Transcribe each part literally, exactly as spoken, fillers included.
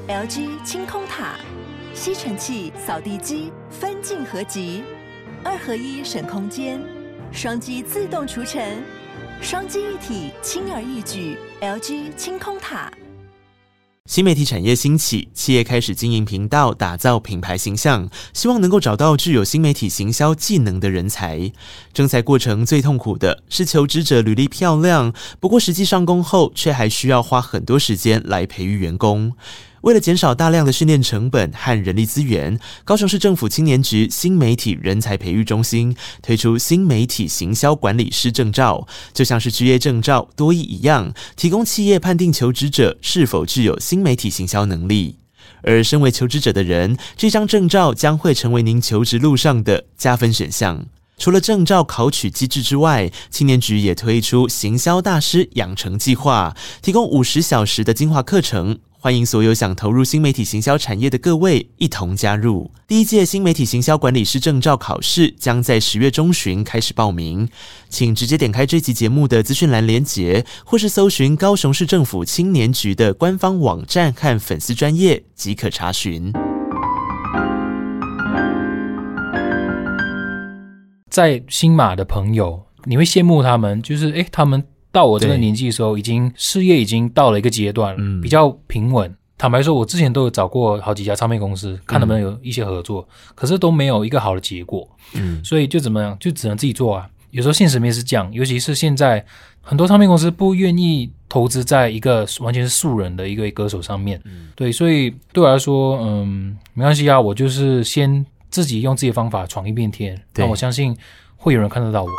L G 清空塔，吸尘器、扫地机分镜合集，二合一省空间，双击自动除尘，双击一体轻而易举。L G 清空塔。 新媒体产业兴起，企业开始经营频道，打造品牌形象，希望能够找到具有新媒体行销技能的人才。征才过程最痛苦的是求职者履历漂亮，不过实际上工后却还需要花很多时间来培育员工。为了减少大量的训练成本和人力资源，高雄市政府青年局新媒体人才培育中心推出新媒体行销管理师证照，就像是 G A 证照多益一样，提供企业判定求职者是否具有新媒体行销能力。而身为求职者的人，这张证照将会成为您求职路上的加分选项。除了证照考取机制之外，青年局也推出行销大师养成计划，提供五十小时的精华课程，欢迎所有想投入新媒体行销产业的各位一同加入。第一届新媒体行销管理师证照考试将在十月中旬开始报名，请直接点开这集节目的资讯栏连结，或是搜寻高雄市政府青年局的官方网站和粉丝专页即可查询。 在新马的朋友，你会羡慕他们，就是诶，他们到我这个年纪的时候，已经事业已经到了一个阶段了，嗯，比较平稳。坦白说，我之前都有找过好几家唱片公司，看能不能有一些合作，嗯，可是都没有一个好的结果，嗯，所以就怎么样，就只能自己做啊。有时候现实面是这样，尤其是现在很多唱片公司不愿意投资在一个完全是素人的一个歌手上面，嗯，对，所以对我来说，嗯，没关系啊，我就是先自己用自己的方法闯一片天，那我相信会有人看得到我。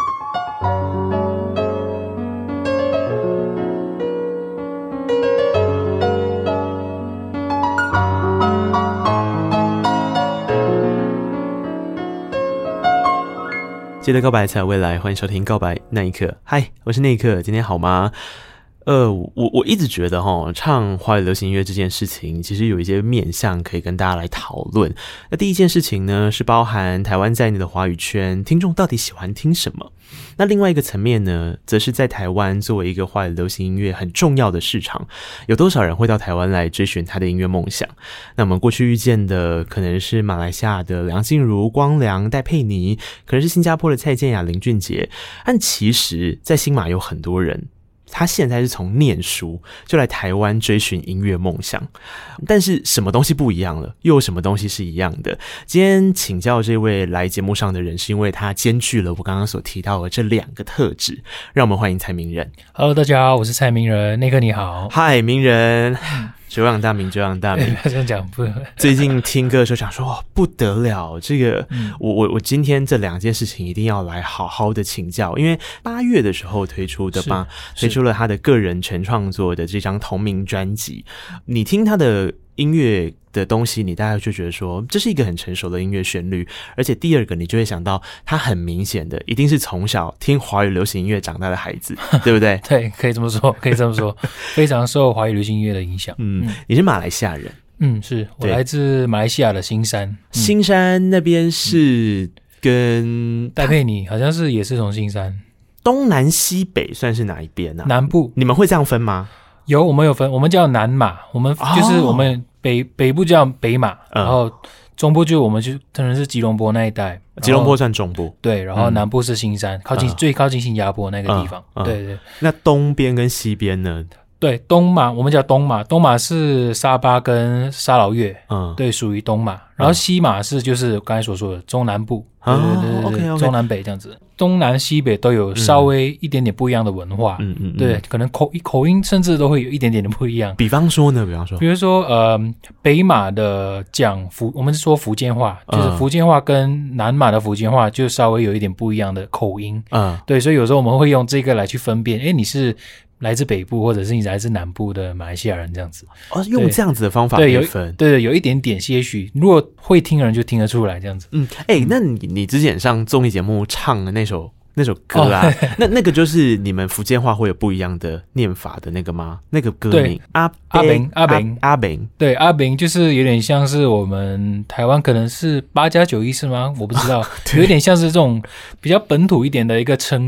记得告白才有未来，欢迎收听告白那一刻。嗨，我是那一刻，今天好吗？呃，我我一直觉得齁，唱华语流行音乐这件事情，其实有一些面向可以跟大家来讨论。那第一件事情呢，是包含台湾在内的华语圈听众到底喜欢听什么。那另外一个层面呢，则是在台湾作为一个华语流行音乐很重要的市场，有多少人会到台湾来追寻他的音乐梦想？那我们过去遇见的可能是马来西亚的梁静茹、光良、戴佩妮，可能是新加坡的蔡健雅、林俊杰，但其实在新马有很多人，他现在是从念书就来台湾追寻音乐梦想，但是什么东西不一样了？又有什么东西是一样的？今天请教这位来节目上的人，是因为他兼具了我刚刚所提到的这两个特质。让我们欢迎蔡明仁。 Hello， 大家好，我是蔡明仁。内克你好。 嗨，明仁。久仰大名，久仰大名。 这样讲不？ 最近听歌的时候想说，哇，不得了！这个，嗯、我我我今天这两件事情一定要来好好的请教，因为八月的时候推出的嘛，推出了他的个人全创作的这张同名专辑。你听他的音乐的东西，你大概就觉得说这是一个很成熟的音乐旋律，而且第二个你就会想到他很明显的一定是从小听华语流行音乐长大的孩子，对不对？ 对，可以这么说，可以这么说，非常受华语流行音乐的影响。 嗯，嗯，你是马来西亚人？ 嗯，是我来自马来西亚的新山。嗯、 新山那边是跟戴佩妮好像是也是从新山， 东南西北算是哪一边啊？ 南部。 你们会这样分吗？ 有，我们有分，我们叫南马，我们就是我们北、哦、北部叫北马，然后中部就我们就可能是吉隆坡那一带， 吉隆坡算中部， 对，然后南部是新山，嗯、靠近、嗯、最靠近新加坡那个地方，嗯嗯、对对。 那东边跟西边呢？ 对，东马我们叫东马，东马是沙巴跟沙劳越，嗯，对，属于东马。然后西马是就是刚才所说的中南部，对对对对对， okay, okay. 中南北这样子，东南西北都有稍微一点点不一样的文化，嗯嗯，对，可能口口音甚至都会有一点点的不一样。 比方说呢，比方说， 比如说呃，北马的讲福，我们是说福建话，就是福建话跟南马的福建话就稍微有一点不一样的口音，嗯，对，所以有时候我们会用这个来去分辨，诶，你是来自北部或者是你来自南部的马来西亚人这样子， 哦，用这样子的方法可以分， 对对，有一点点些许，如果会听的人就听得出来这样子。 嗯，哎、欸，那你你之前上综艺节目唱的那首那首歌啊，哦、那那个就是你们福建话会有不一样的念法的那个吗？那个歌名阿阿炳阿炳阿炳， 对，阿炳就是有点像是我们台湾可能是八加九意思吗？我不知道，有一点像是这种比较本土一点的一个称语啦。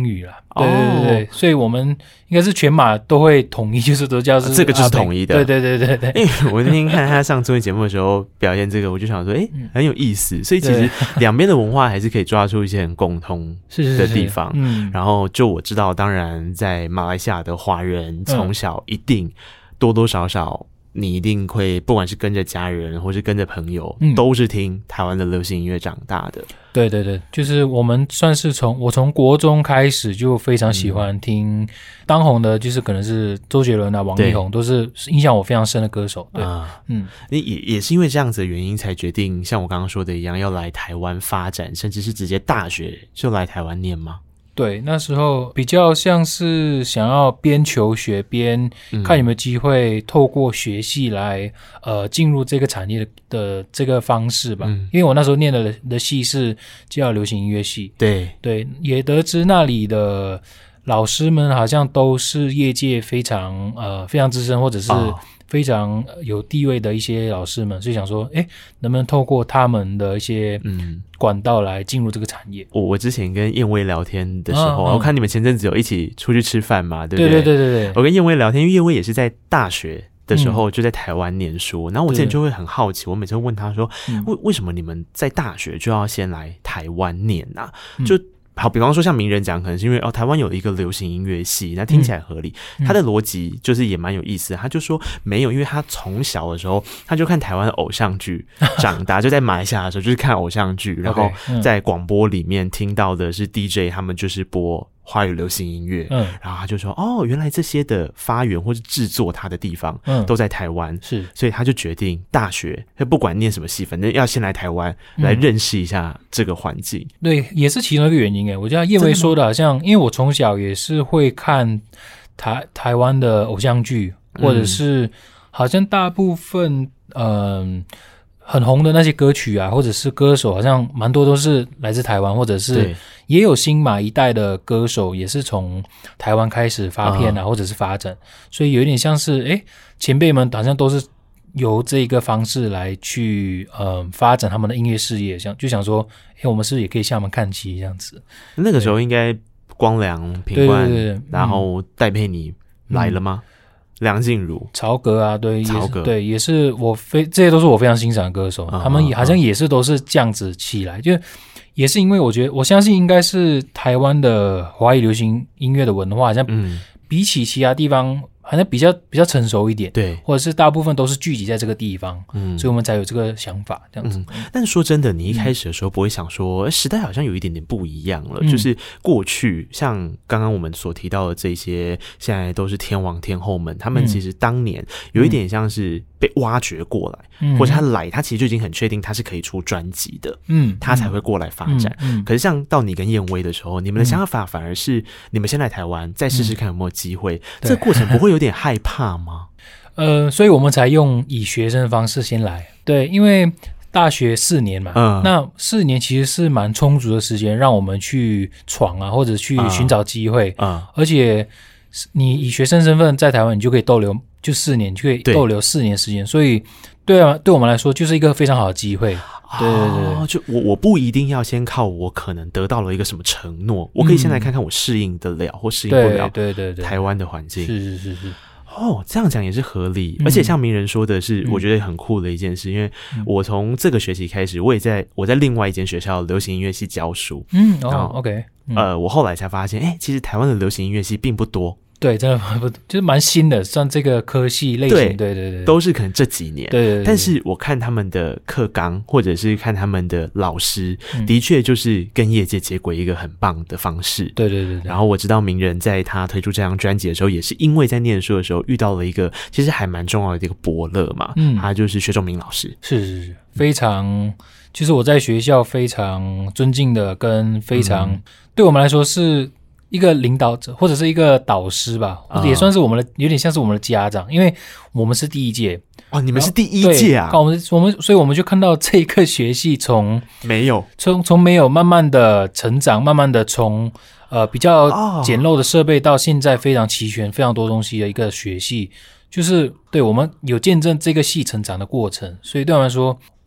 对对对对、哦，所以我们应该是全马都会统一，就是都叫是、 啊、这个就是统一的。 对对对对对。 因为我那天看他上综艺节目的时候表现这个，我就想说，哎，很有意思。所以其实两边的文化还是可以抓出一些很共通的地方。是是是是嗯，然后就我知道，当然在马来西亚的华人从小一定多多少少。你一定会不管是跟着家人或是跟着朋友、嗯、都是听台湾的流行音乐长大的。 对对对，就是我们算是从我从国中开始就非常喜欢听当红的，就是可能是周杰伦啊、王力宏，都是影响我非常深的歌手。对，啊、 嗯，也也是因为这样子的原因才决定像我刚刚说的一样要来台湾发展，甚至是直接大学就来台湾念吗？ 对，那时候比较像是想要边求学边看有没有机会透过学系来、嗯、呃进入这个产业 的, 的这个方式吧、嗯、因为我那时候念的的系是叫流行音乐系。 对对，也得知那里的老师们好像都是业界非常呃非常资深或者是非常有地位的一些老师们，所以想说诶能不能透过他们的一些管道来进入这个产业。 我我之前跟燕威聊天的时候、啊、我看你们前阵子有一起出去吃饭嘛，对不对？对对对对对。 我跟燕威聊天，因为燕威也是在大学的时候就在台湾念书、嗯、然后我之前就会很好奇，我每次会问他说为为什么你们在大学就要先来台湾念啊、嗯、就好，比方说像名人讲，可能是因为哦，台湾有一个流行音乐系，那听起来合理。嗯、他的逻辑就是也蛮有意思，他就说没有，因为他从小的时候他就看台湾的偶像剧长大，就在马来西亚的时候就是看偶像剧，然后在广播里面听到的是 D J 他们就是播华语流行音乐，嗯，然后他就说哦，原来这些的发源或是制作它的地方，嗯，都在台湾，是，所以他就决定大学不管念什么系，反正要先来台湾、嗯、来认识一下这个环境。 对，也是其中一个原因诶。我觉得叶薇说的好像，因为我从小也是会看台台湾的偶像剧，或者是好像大部分嗯。呃很红的那些歌曲啊，或者是歌手，好像蛮多都是来自台湾，或者是也有新马一代的歌手也是从台湾开始发片啊，啊或者是发展，所以有点像是诶前辈们好像都是由这个方式来去呃发展他们的音乐事业，想就想说诶我们是不是也可以向他们看齐这样子。 那个时候应该光良、品冠，对对对对，然后戴佩妮来了吗？嗯梁静茹、 曹格啊，对， 曹格， 对，也是我非这些都是我非常欣赏的歌手，啊、他们也好像也是都是这样子起来，就也是因为我觉得我相信应该是台湾的华语流行音乐的文化，好像比起其他地方好像比较比较成熟一点，对，或者是大部分都是聚集在这个地方，嗯，所以我们才有这个想法这样子。 嗯、但是说真的，你一开始的时候不会想说，嗯、时代好像有一点点不一样了，嗯、就是过去像刚刚我们所提到的这些，现在都是天王天后们，他们其实当年有一点像是被挖掘过来，嗯、或者他来，他其实就已经很确定他是可以出专辑的，嗯，他才会过来发展。嗯嗯、可是像到你跟燕威的时候，你们的想法反而是你们先来台湾，再试试看有没有机会，嗯、这个过程不会有点害怕吗？ 呃，所以我们才用以学生的方式先来，对，因为大学四年嘛，嗯，那四年其实是蛮充足的时间，让我们去闯啊，或者去寻找机会，啊、嗯，而且你以学生身份在台湾，你就可以逗留就四年，就可以逗留四年时间，所以对啊，对我们来说就是一个非常好的机会。对对对， 哦、就我我不一定要先靠我可能得到了一个什么承诺，我可以先来看看我适应得了、嗯、或适应不了对对对台湾的环境。 是是是是。 哦，这样讲也是合理，而且像名人说的是，我觉得很酷的一件事，嗯、因为我从这个学期开始，我也在我在另外一间学校流行音乐系教书，嗯，哦 ，OK， 嗯、呃，我后来才发现，哎，其实台湾的流行音乐系并不多。 对，真的不就是蛮新的，像这个科系类型，对对对对， 都是可能这几年， 对 对, 对, 对。 但是我看他们的课纲，或者是看他们的老师，嗯、的确就是跟业界接轨一个很棒的方式。 对对 对, 对。 然后我知道名人在他推出这张专辑的时候，也是因为在念书的时候遇到了一个其实还蛮重要的一个伯乐嘛，嗯，他就是薛仲明老师， 是是是，非常，就是我在学校非常尊敬的，跟非常、嗯、对我们来说是一个领导者或者是一个导师吧，或者也算是我们的、嗯、有点像是我们的家长，因为我们是第一届哦，你们是第一届啊， 我们我们所以我们就看到这个学系从没有从从没有慢慢的成长，慢慢的从呃比较简陋的设备到现在非常齐全、非常多东西的一个学系，就是对我们有见证这个系成长的过程，所以对我们来说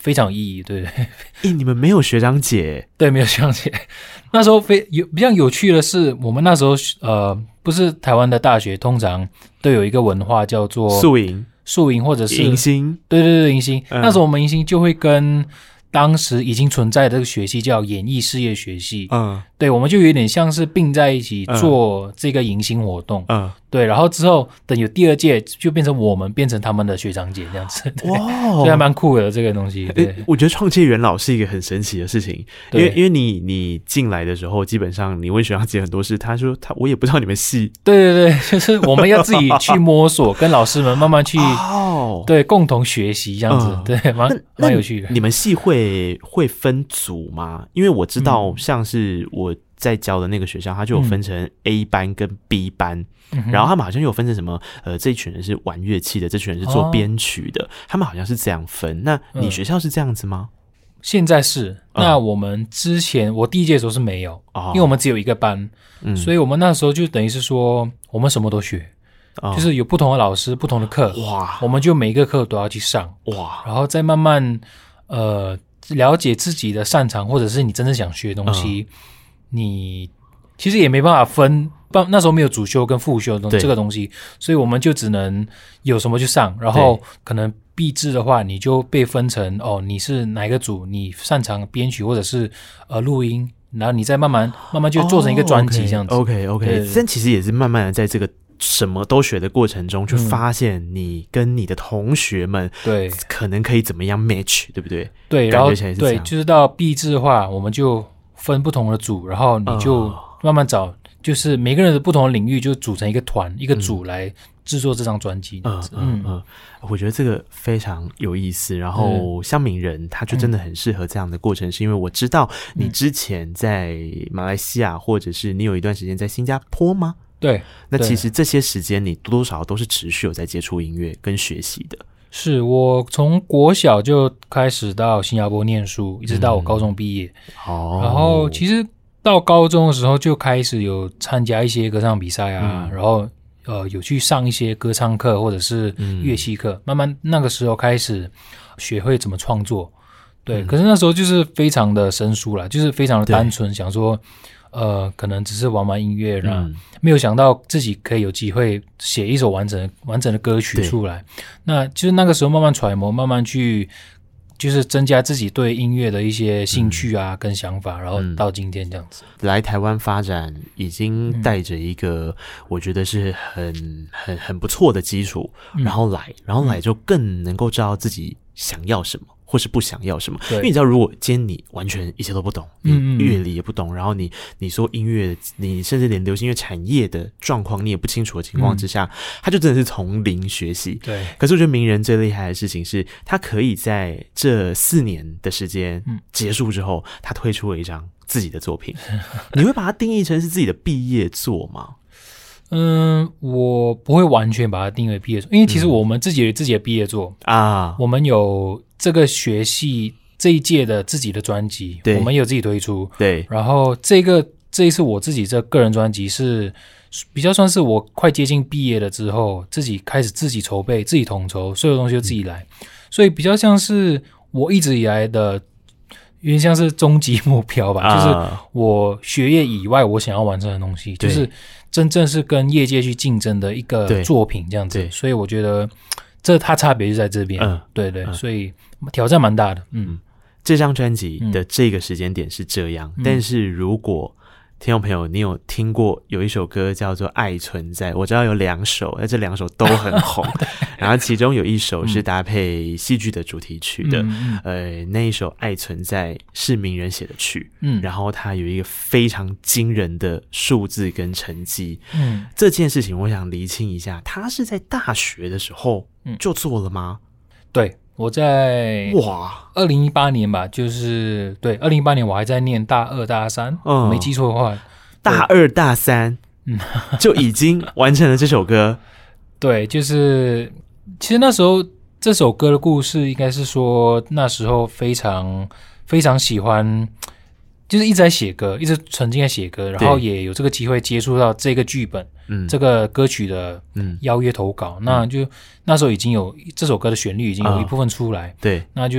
非常有意义，对对。 诶，你们没有学长姐？ 对，没有学长姐。那时候非有比较有趣的是，我们那时候呃，不是台湾的大学通常都有一个文化叫做宿营、 宿营或者是迎新， 对对对，迎新。 嗯、 那时候我们迎新就会跟当时已经存在的这个学系叫演艺事业学系， 嗯， 对，我们就有点像是并在一起做这个迎新活动， 嗯， 对，然后之后等有第二届就变成我们变成他们的学长姐这样子， 哇， 所以还蛮酷的这个东西。对， 我觉得创届元老是一个很神奇的事情，因为因为你你进来的时候，基本上你问学长姐很多事，他说他我也不知道你们系， 对对对，就是我们要自己去摸索，跟老师们慢慢去，哦，对，共同学习这样子，嗯、对，蛮蛮有趣的。 你们系会会分组吗？因为我知道像是我在教的那个学校，它就有分成 A 班跟 B 班，嗯、然后他们好像有分成什么，呃，这一群人是玩乐器的，这群人是做编曲的，哦、他们好像是这样分。那你学校是这样子吗？嗯、 现在是。嗯、那我们之前我第一届的时候是没有，哦、因为我们只有一个班，嗯、所以我们那时候就等于是说我们什么都学。哦、就是有不同的老师、不同的课，哇，我们就每一个课都要去上，哇，然后再慢慢呃了解自己的擅长，或者是你真正想学的东西，嗯、你其实也没办法分，那时候没有主修跟副修的这个东西，所以我们就只能有什么就上，然后可能毕制的话，你就被分成哦，你是哪一个组，你擅长编曲或者是呃录音，然后你再慢慢慢慢就做成一个专辑这样子。 OK OK，, okay. 但其实也是慢慢的在这个什么都学的过程中，去发现你跟你的同学们对可能可以怎么样 match， 对不对？ 对，然后对，就是到毕制的话，我们就分不同的组，然后你就慢慢找，就是每个人的不同的领域就组成一个团、一个组来制作这张专辑。嗯嗯嗯，我觉得这个非常有意思。然后乡民人他就真的很适合这样的过程，嗯、是因为我知道你之前在马来西亚，或者是你有一段时间在新加坡吗？ 对， 那其实这些时间你多多少少都是持续有在接触音乐跟学习的。 是我从国小就开始到新加坡念书，一直到我高中毕业。哦、嗯，然后其实到高中的时候就开始有参加一些歌唱比赛啊，嗯、然后呃有去上一些歌唱课或者是乐器课，嗯、慢慢那个时候开始学会怎么创作。对，嗯、可是那时候就是非常的生疏啦，就是非常的单纯，想说。呃，可能只是玩玩音乐，然后没有想到自己可以有机会写一首完整的、完整的歌曲出来。那就是那个时候慢慢揣摩，慢慢去，就是增加自己对音乐的一些兴趣啊，嗯、跟想法，然后到今天这样子。 嗯、来台湾发展，已经带着一个我觉得是很很很不错的基础，嗯、然后来，然后来就更能够知道自己想要什么。或是不想要什么，因为你知道，如果今天你完全一切都不懂，你乐理也不懂，然后你你说音乐，你甚至连流行乐产业的状况你也不清楚的情况之下，嗯、他就真的是从零学习。 对。 可是我觉得名人最厉害的事情是，他可以在这四年的时间结束之后，他推出了一张自己的作品。你会把它定义成是自己的毕业作吗？ 嗯，我不会完全把它定为毕业作，因为其实我们自己有自己的毕业作啊，嗯、我们有这个学系这一届的自己的专辑，我们有自己推出， 对。 然后这个这一次我自己这个人专辑是比较算是我快接近毕业了之后，自己开始自己筹备、自己统筹，所有东西都自己来，嗯、所以比较像是我一直以来的。有点像是终极目标吧，啊、就是我学业以外我想要完成的东西，就是真正是跟业界去竞争的一个作品这样子。所以我觉得这它差别就在这边，嗯、对对，嗯、所以挑战蛮大的。嗯， 这张专辑的这个时间点是这样，嗯、但是如果听众朋友，你有听过有一首歌叫做《爱存在》？我知道有两首，那这两首都很红。然后其中有一首是搭配戏剧的主题曲的，嗯、呃，那一首《爱存在》是名人写的曲，嗯，然后它有一个非常惊人的数字跟成绩。嗯，这件事情我想厘清一下，他是在大学的时候就做了吗？ 嗯、对。我在哇，二零一八年吧，就是对，二零一八年我还在念大二大三，嗯，没记错的话， 大二大三，嗯，就已经完成了这首歌。 对，就是其实那时候这首歌的故事，应该是说那时候非常非常喜欢，就是一直在写歌，一直沉浸在写歌，然后也有这个机会接触到这个剧本。嗯，这个歌曲的邀约投稿，嗯、那就那时候已经有这首歌的旋律已经有一部分出来， 嗯、对， 那就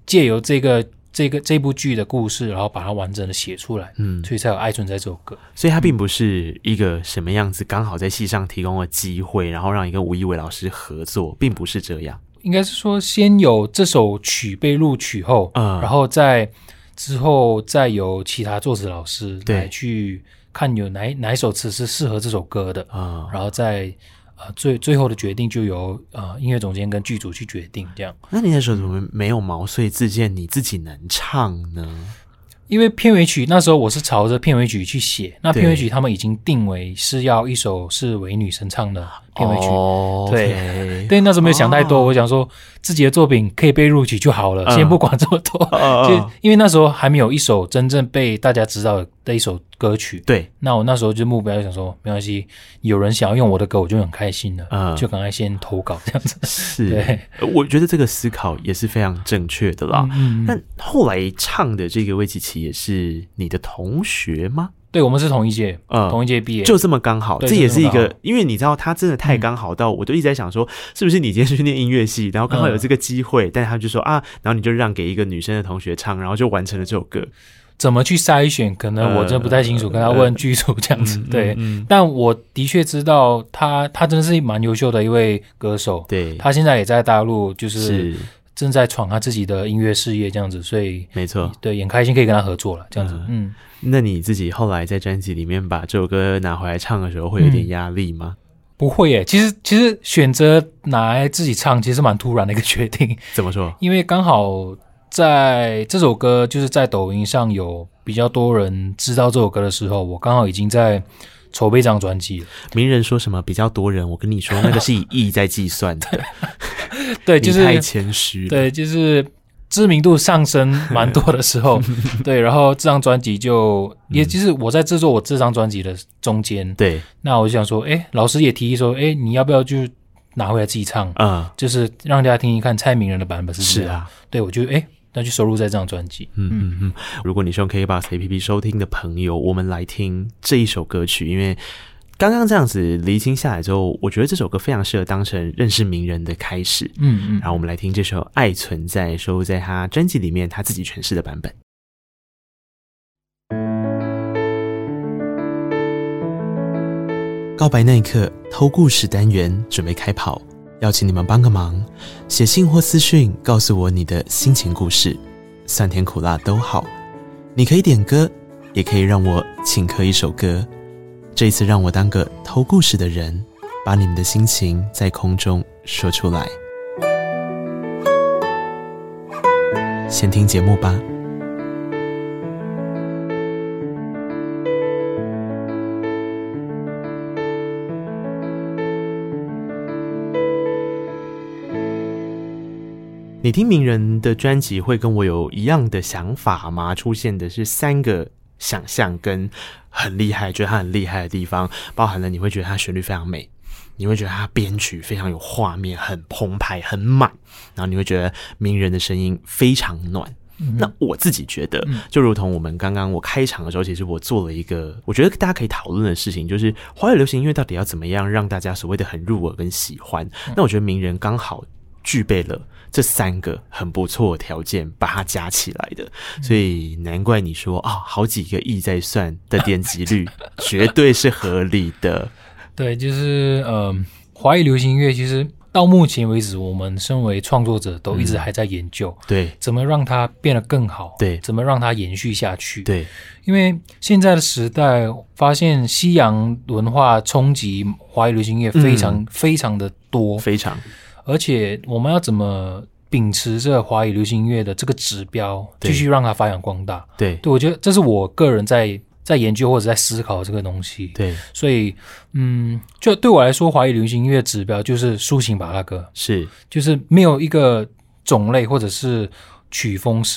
借由这个这个这部剧的故事，然后把它完整的写出来， 嗯， 所以才有《爱存在》这首歌。 所以它并不是一个什么样子，刚好在戏上提供了机会，然后让你跟吴一伟老师合作，并不是这样。 应该是说，先有这首曲被录取后，嗯，然后再之后再由其他作词老师来去看有哪哪一首词是适合这首歌的，嗯，然后再。呃，最最后的决定就由呃音乐总监跟剧组去决定，这样。 那你那时候怎么没有毛遂自荐你自己能唱呢？ 因为片尾曲那时候我是朝着片尾曲去写，那片尾曲他们已经定为是要一首是为女生唱的片尾曲， 哦、 对， okay. 对，那时候没有想太多，哦、我想说自己的作品可以被录取就好了，嗯、先不管这么多，嗯、就因为那时候还没有一首真正被大家知道的一首歌曲， 对， 那我那时候就目标就想说，没关系，有人想要用我的歌，我就很开心了，嗯、就赶快先投稿这样子。 是， 对， 我觉得这个思考也是非常正确的啦。嗯嗯，但后来唱的这个魏琪琪也是你的同学吗？ 对，我们是同一届，嗯，同一届毕业， 就这么刚好，这也是一个，因为你知道他真的太刚好到，嗯、我就一直在想说，是不是你今天去念音乐系，然后刚好有这个机会，嗯、但他就说啊，然后你就让给一个女生的同学唱，然后就完成了这首歌。 怎么去筛选？可能我真的不太清楚，呃、跟他问剧组这样子。呃、对、嗯嗯，但我的确知道他，他真的是蛮优秀的一位歌手。 对， 他现在也在大陆，就是正在闯他自己的音乐事业这样子，所以没错， 对，也很开心可以跟他合作了这样子。呃、嗯， 那你自己后来在专辑里面把这首歌拿回来唱的时候，会有点压力吗？嗯、 不会耶，其实其实选择拿来自己唱，其实蛮突然的一个决定。 怎么说？ 因为刚好。在这首歌就是在抖音上有比较多人知道这首歌的时候，我刚好已经在筹备这张专辑了。 名人说什么比较多人，我跟你说那个是以亿在计算的。 对，就是你太谦虚了。 对，就是知名度上升蛮多的时候，对，然后这张专辑就也就是我在制作我这张专辑的中间， 对， 那我就想说，哎，老师也提议说，哎，你要不要就拿回来自己唱？嗯，就是让大家听一看蔡明仁的版本是什么样。是啊，对，我觉得哎。那就收录在这张专辑。 嗯嗯嗯。如果你是用 K K B O X A P P 收听的朋友，我们来听这一首歌曲，因为刚刚这样子厘清下来之后，我觉得这首歌非常适合当成认识名人的开始。嗯嗯。然后我们来听这首《爱存在》，收录在他专辑里面他自己诠释的版本。告白那一刻，偷故事单元准备开跑。邀请你们帮个忙，写信或私讯告诉我你的心情故事，酸甜苦辣都好。你可以点歌，也可以让我请客一首歌。这一次让我当个偷故事的人，把你们的心情在空中说出来。先听节目吧。你听名人的专辑会跟我有一样的想法吗？出现的是三个想象跟很厉害，觉得他很厉害的地方，包含了你会觉得他旋律非常美，你会觉得他编曲非常有画面，很澎湃很满，然后你会觉得名人的声音非常暖。嗯、那我自己觉得就如同我们刚刚我开场的时候，其实我做了一个我觉得大家可以讨论的事情，就是华语流行音乐到底要怎么样让大家所谓的很入耳跟喜欢。那我觉得名人刚好具备了这三个很不错的条件，把它加起来的，所以难怪你说啊、哦，好几个亿在算的点击率，绝对是合理的。 对，就是呃，华语流行音乐其实到目前为止，我们身为创作者都一直还在研究，嗯、对，怎么让它变得更好，对，怎么让它延续下去，对，因为现在的时代，发现西洋文化冲击华语流行音乐非常、嗯、非常的多， 非常。 而且我们要怎么秉持着华语流行音乐的这个指标，继续让它发扬光大？对，对，我觉得这是我个人在在研究或者在思考这个东西。对，所以嗯，就对我来说，华语流行音乐指标就是抒情芭乐歌，是，就是没有一个种类或者是曲风是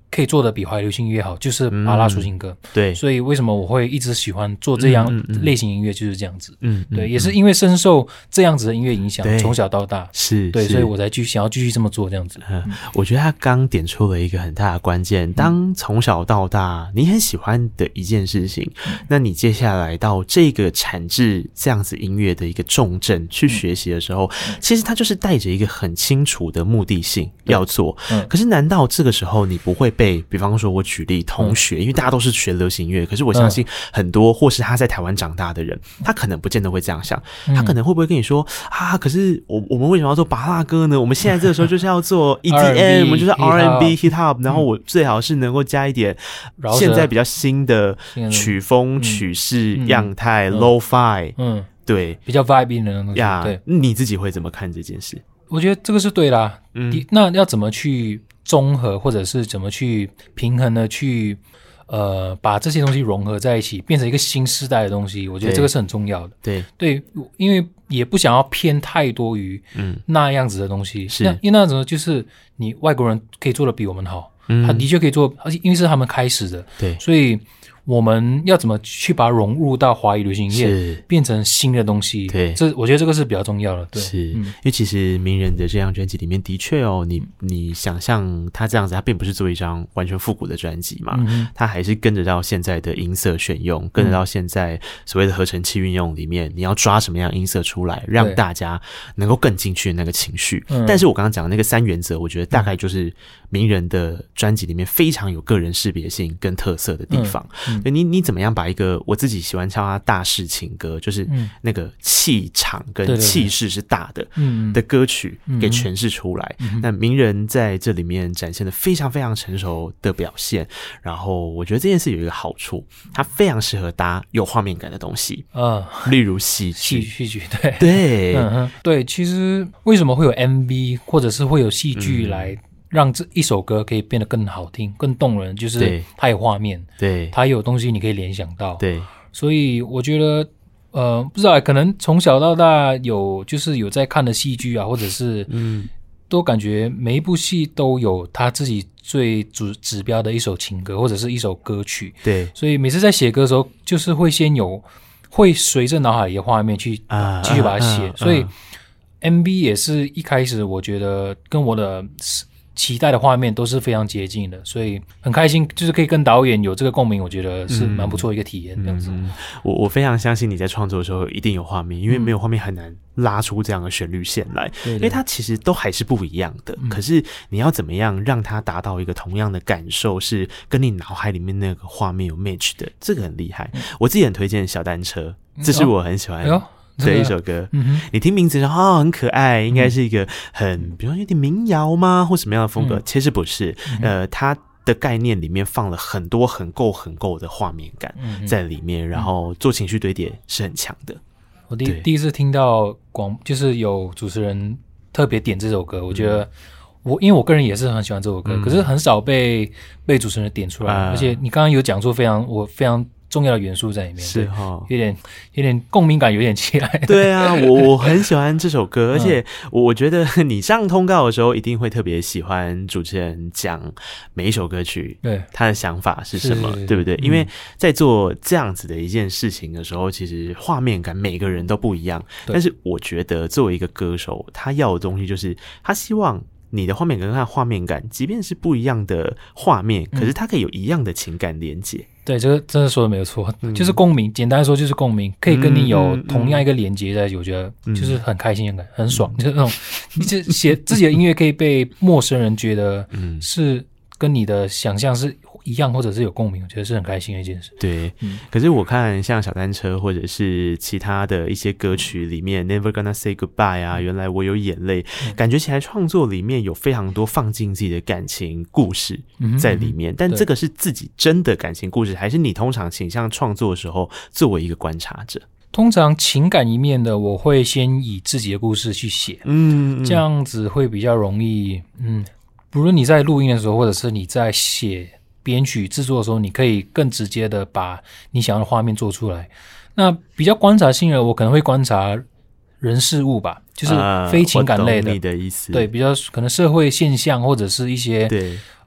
可以做的比华语流行音乐好，就是巴拉抒情歌、嗯、 对， 所以为什么我会一直喜欢做这样类型音乐，就是这样子， 嗯， 对，也是因为深受这样子的音乐影响，从小到大是， 对， 是所以我才继续想要继续这么做这样子、 嗯、我觉得他刚点出了一个很大的关键，当从小到大你很喜欢的一件事情、嗯、那你接下来到这个产制这样子音乐的一个重镇去学习的时候、嗯、其实他就是带着一个很清楚的目的性要做、嗯、可是难道这个时候你不会被，比方说我举例同学、嗯、因为大家都是学流行乐，可是我相信很多或是他在台湾长大的人、嗯、他可能不见得会这样想，他可能会不会跟你说、嗯、啊可是我我们为什么要做芭乐歌呢？我们现在这个时候就是要做 E D M 我们就是 R and B hip hop、嗯、然后我最好是能够加一点现在比较新的曲风、曲式、嗯、样态、嗯、lo-fi 嗯，对， 比较 vibe 的东西呀，对， 你自己会怎么看这件事？ 我觉得这个是对啦，嗯，那要怎么去综合，或者是怎么去平衡的去呃把这些东西融合在一起，变成一个新世代的东西，我觉得这个是很重要的。对对，因为也不想要偏太多于那样子的东西，是、嗯、因为那样子就是你外国人可以做的比我们好，嗯，他的确可以做，而且因为是他们开始的，对，所以我们要怎么去把它融入到华语流行音乐，变成新的东西？对，这我觉得这个是比较重要的。对，是、嗯、因为其实名人的这张专辑里面，的确哦，你你想象他这样子，他并不是做一张完全复古的专辑嘛，嗯、他还是跟着到现在的音色选用，跟着到现在所谓的合成器运用里面，你要抓什么样的音色出来，让大家能够更进去的那个情绪。但是我刚刚讲的那个三原则，我觉得大概就是名人的专辑里面非常有个人识别性跟特色的地方。嗯嗯你你怎么样把一个我自己喜欢叫它大式情歌，就是那个气场跟气势是大的的歌曲给诠释出来？那名人在这里面展现了非常非常成熟的表现，然后我觉得这件事有一个好处，它非常适合搭有画面感的东西，嗯，例如戏剧， 戏剧，对对、 嗯、对。其实为什么会有 M V 或者是会有戏剧来、嗯让这一首歌可以变得更好听更动人，就是它有画面，对，它有东西你可以联想到，对，所以我觉得呃不知道可能从小到大有就是有在看的戏剧啊，或者是嗯都感觉每一部戏都有他自己最主指标的一首情歌或者是一首歌曲，对，所以每次在写歌的时候就是会先有会随着脑海里的画面去继续把它写、啊啊啊、所以 M V 也是一开始我觉得跟我的期待的画面都是非常接近的，所以很开心，就是可以跟导演有这个共鸣，我觉得是蛮不错的一个体验。这样子， 嗯、我我非常相信你在创作的时候一定有画面，因为没有画面很难拉出这样的旋律线来，嗯、因为它其实都还是不一样的。嗯、可是你要怎么样让它达到一个同样的感受，是跟你脑海里面那个画面有 match 的，这个很厉害。嗯、我自己很推荐小单车，这是我很喜欢。哦这一首歌、嗯、你听名字然后、哦、很可爱，应该是一个很、嗯、比如说有点民谣吗或什么样的风格、嗯、其实不是、嗯、呃，它的概念里面放了很多很够很够的画面感在里面、嗯、然后做情绪堆叠是很强的。 我第第一次听到广就是有主持人特别点这首歌，我觉得、嗯我因为我个人也是很喜欢这首歌、嗯、可是很少被被主持人点出来、呃、而且你刚刚有讲出非常我非常重要的元素在里面，是哈，有点有点共鸣感有点起来。 对啊，我我很喜欢这首歌，而且我觉得你上通告的时候一定会特别喜欢主持人讲每一首歌曲对他的想法是什么，对不对？因为在做这样子的一件事情的时候，其实画面感每个人都不一样，但是我觉得作为一个歌手，他要的东西就是他希望你的画面感跟他的画面感即便是不一样的画面、嗯、可是它可以有一样的情感连结。 对，这个真的说的没有错、嗯、就是共鸣，简单说就是共鸣，可以跟你有同样一个连结在一起、嗯、我觉得就是很开心的感觉、嗯、很爽、嗯、就是那种你写自己的音乐可以被陌生人觉得是跟你的想象是一样或者是有共鸣，我觉得是很开心的一件事。 对、嗯、可是我看像小单车或者是其他的一些歌曲里面 Never Gonna Say Goodbye 啊、嗯、原来我有眼泪、嗯、感觉起来创作里面有非常多放进自己的感情故事在里面、嗯、但这个是自己真的感情故事，还是你通常倾向创作的时候作为一个观察者？ 通常情感一面的我会先以自己的故事去写，嗯，这样子会比较容易，嗯，不论你在录音的时候或者是你在写编曲制作的时候，你可以更直接的把你想要的画面做出来。那比较观察性的我可能会观察人事物吧，就是非情感类的、呃、我懂你的意思，对，比较可能社会现象或者是一些对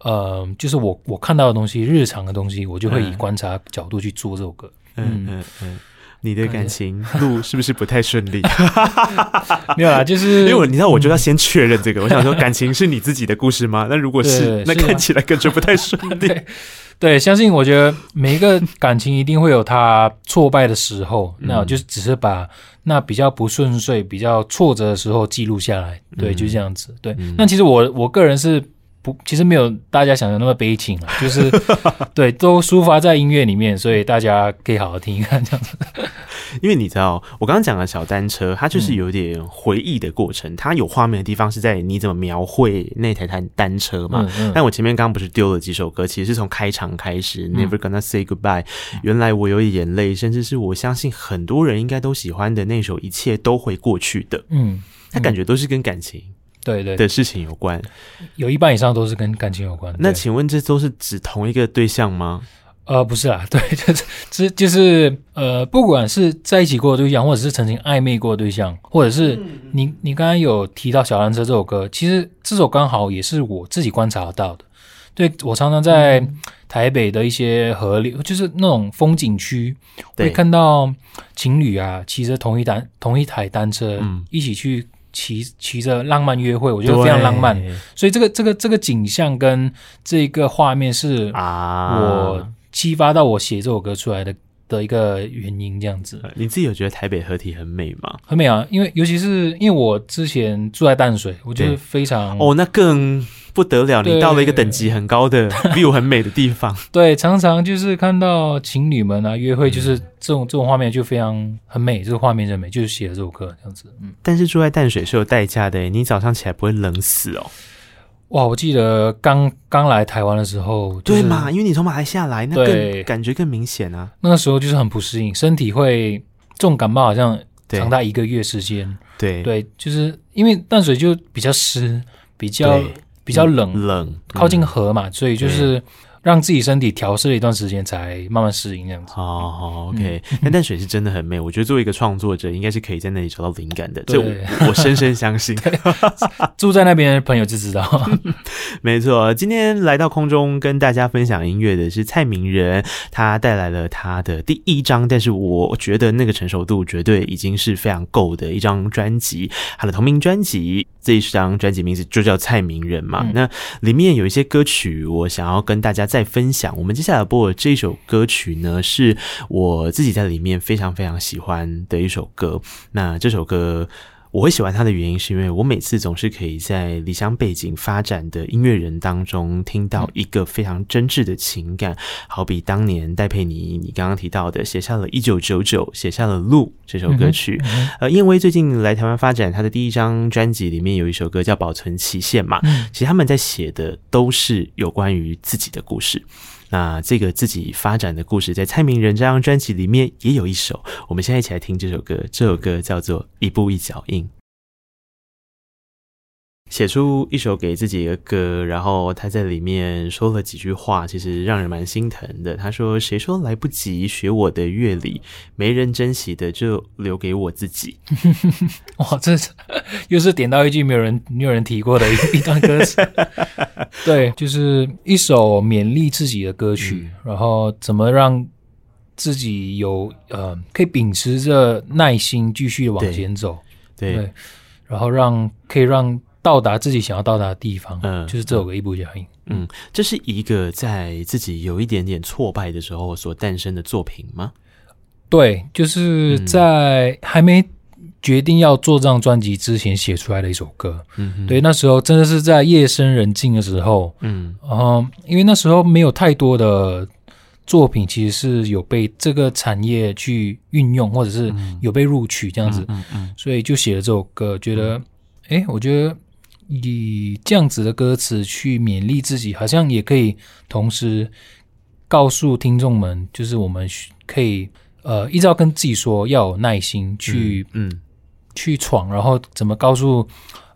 呃，就是我我看到的东西，日常的东西，我就会以观察角度去做这首歌。 嗯嗯嗯。你的感情路是不是不太顺利？ 没有啦，就是因为我你知道，我就要先确认这个。嗯、我想说，感情是你自己的故事吗？那如果是，那看起来感觉不太顺利。 对, 对，相信我觉得每一个感情一定会有它挫败的时候，那我就只是把那比较不顺遂、比较挫折的时候记录下来。对，嗯、就是这样子。对，嗯、那其实我我个人是。不，其实没有大家想的那么悲情啊，就是对，都抒发在音乐里面，所以大家可以好好听一看这样子。 因为你知道，我刚刚讲的小单车，它就是有点回忆的过程，嗯、它有画面的地方是在你怎么描绘那台单单车嘛。嗯嗯、但我前面刚刚不是丢了几首歌，其实是从开场开始、嗯、，Never Gonna Say Goodbye，、嗯、原来我有眼泪，甚至是我相信很多人应该都喜欢的那首一切都会过去的。嗯，它感觉都是跟感情。对对的事情有关， 有一半以上都是跟感情有关。 那请问这都是指同一个对象吗？ 呃，不是啦，对，就是就是呃，不管是在一起过的对象，或者是曾经暧昧过的对象，或者是你、嗯、你刚刚有提到小单车这首歌，其实这首刚好也是我自己观察到的。对，我常常在台北的一些河流，就是那种风景区，会看到情侣啊骑着同一单同一台单车，嗯、一起去。骑骑着浪漫约会，我觉得非常浪漫，所以这个这个这个景象跟这个画面是我激发到我写这首歌出来的的一个原因，这样子。 你自己有觉得台北河体很美吗？ 很美啊，因为尤其是因为我之前住在淡水，我觉得非常哦，那更不得了，你到了一个等级很高的 view 很美的地方。 对，常常就是看到情侣们啊约会，就是这种、嗯、这种画面就非常很美，这个画面很美，就是写了这首歌这样子。嗯， 但是住在淡水是有代价的，你早上起来不会冷死哦。 哇，我记得刚刚来台湾的时候、就是， 对嘛，因为你从马来西亚来，那更感觉更明显啊。 那个时候就是很不适应，身体会重感冒，好像长达一个月时间。对对，就是因为淡水就比较湿，比较比较冷，冷靠近河嘛，嗯、所以就是让自己身体调试了一段时间，才慢慢适应这样子。 好好 ，OK，那、嗯、淡水是真的很美，我觉得作为一个创作者，应该是可以在那里找到灵感的，这 我, 我深深相信。 住在那边的朋友就知道。 没错，今天来到空中跟大家分享音乐的是蔡明仁，他带来了他的第一张，但是我觉得那个成熟度绝对已经是非常够的一张专辑，他的同名专辑，这一张专辑名字就叫蔡明仁嘛、嗯。那里面有一些歌曲，我想要跟大家再分享。我们接下来播的这首歌曲呢，是我自己在里面非常非常喜欢的一首歌。那这首歌我会喜欢它的原因是因为我每次总是可以在离乡背景发展的音乐人当中听到一个非常真挚的情感，好比当年戴佩妮你刚刚提到的写下了一九九九，写下了路这首歌曲、嗯、呃，燕威最近来台湾发展，他的第一张专辑里面有一首歌叫保存期限嘛、嗯、其实他们在写的都是有关于自己的故事。那这个自己发展的故事在蔡明仁这张专辑里面也有一首，我们现在一起来听这首歌，这首歌叫做一步一脚印。写出一首给自己的歌，然后他在里面说了几句话，其实让人蛮心疼的。他说，谁说来不及学我的乐理，没人珍惜的就留给我自己。 哇，这又是点到一句没有人没有人提过的 一, 一段歌词。对，就是一首勉励自己的歌曲、嗯、然后怎么让自己有呃可以秉持着耐心继续往前走。 对, 对，然后让可以让到达自己想要到达的地方，嗯，就是这首歌一步一脚印。 嗯，这是一个在自己有一点点挫败的时候所诞生的作品吗？ 对，就是在还没决定要做这张专辑之前写出来的一首歌。嗯，对，那时候真的是在夜深人静的时候，嗯，然后因为那时候没有太多的作品其实是有被这个产业去运用，或者是有被录取这样子，嗯嗯嗯，所以就写了这首歌，觉得哎、嗯，我觉得以这样子的歌词去勉励自己，好像也可以同时告诉听众们，就是我们可以呃一直要跟自己说要有耐心去嗯，嗯去闯，然后怎么告诉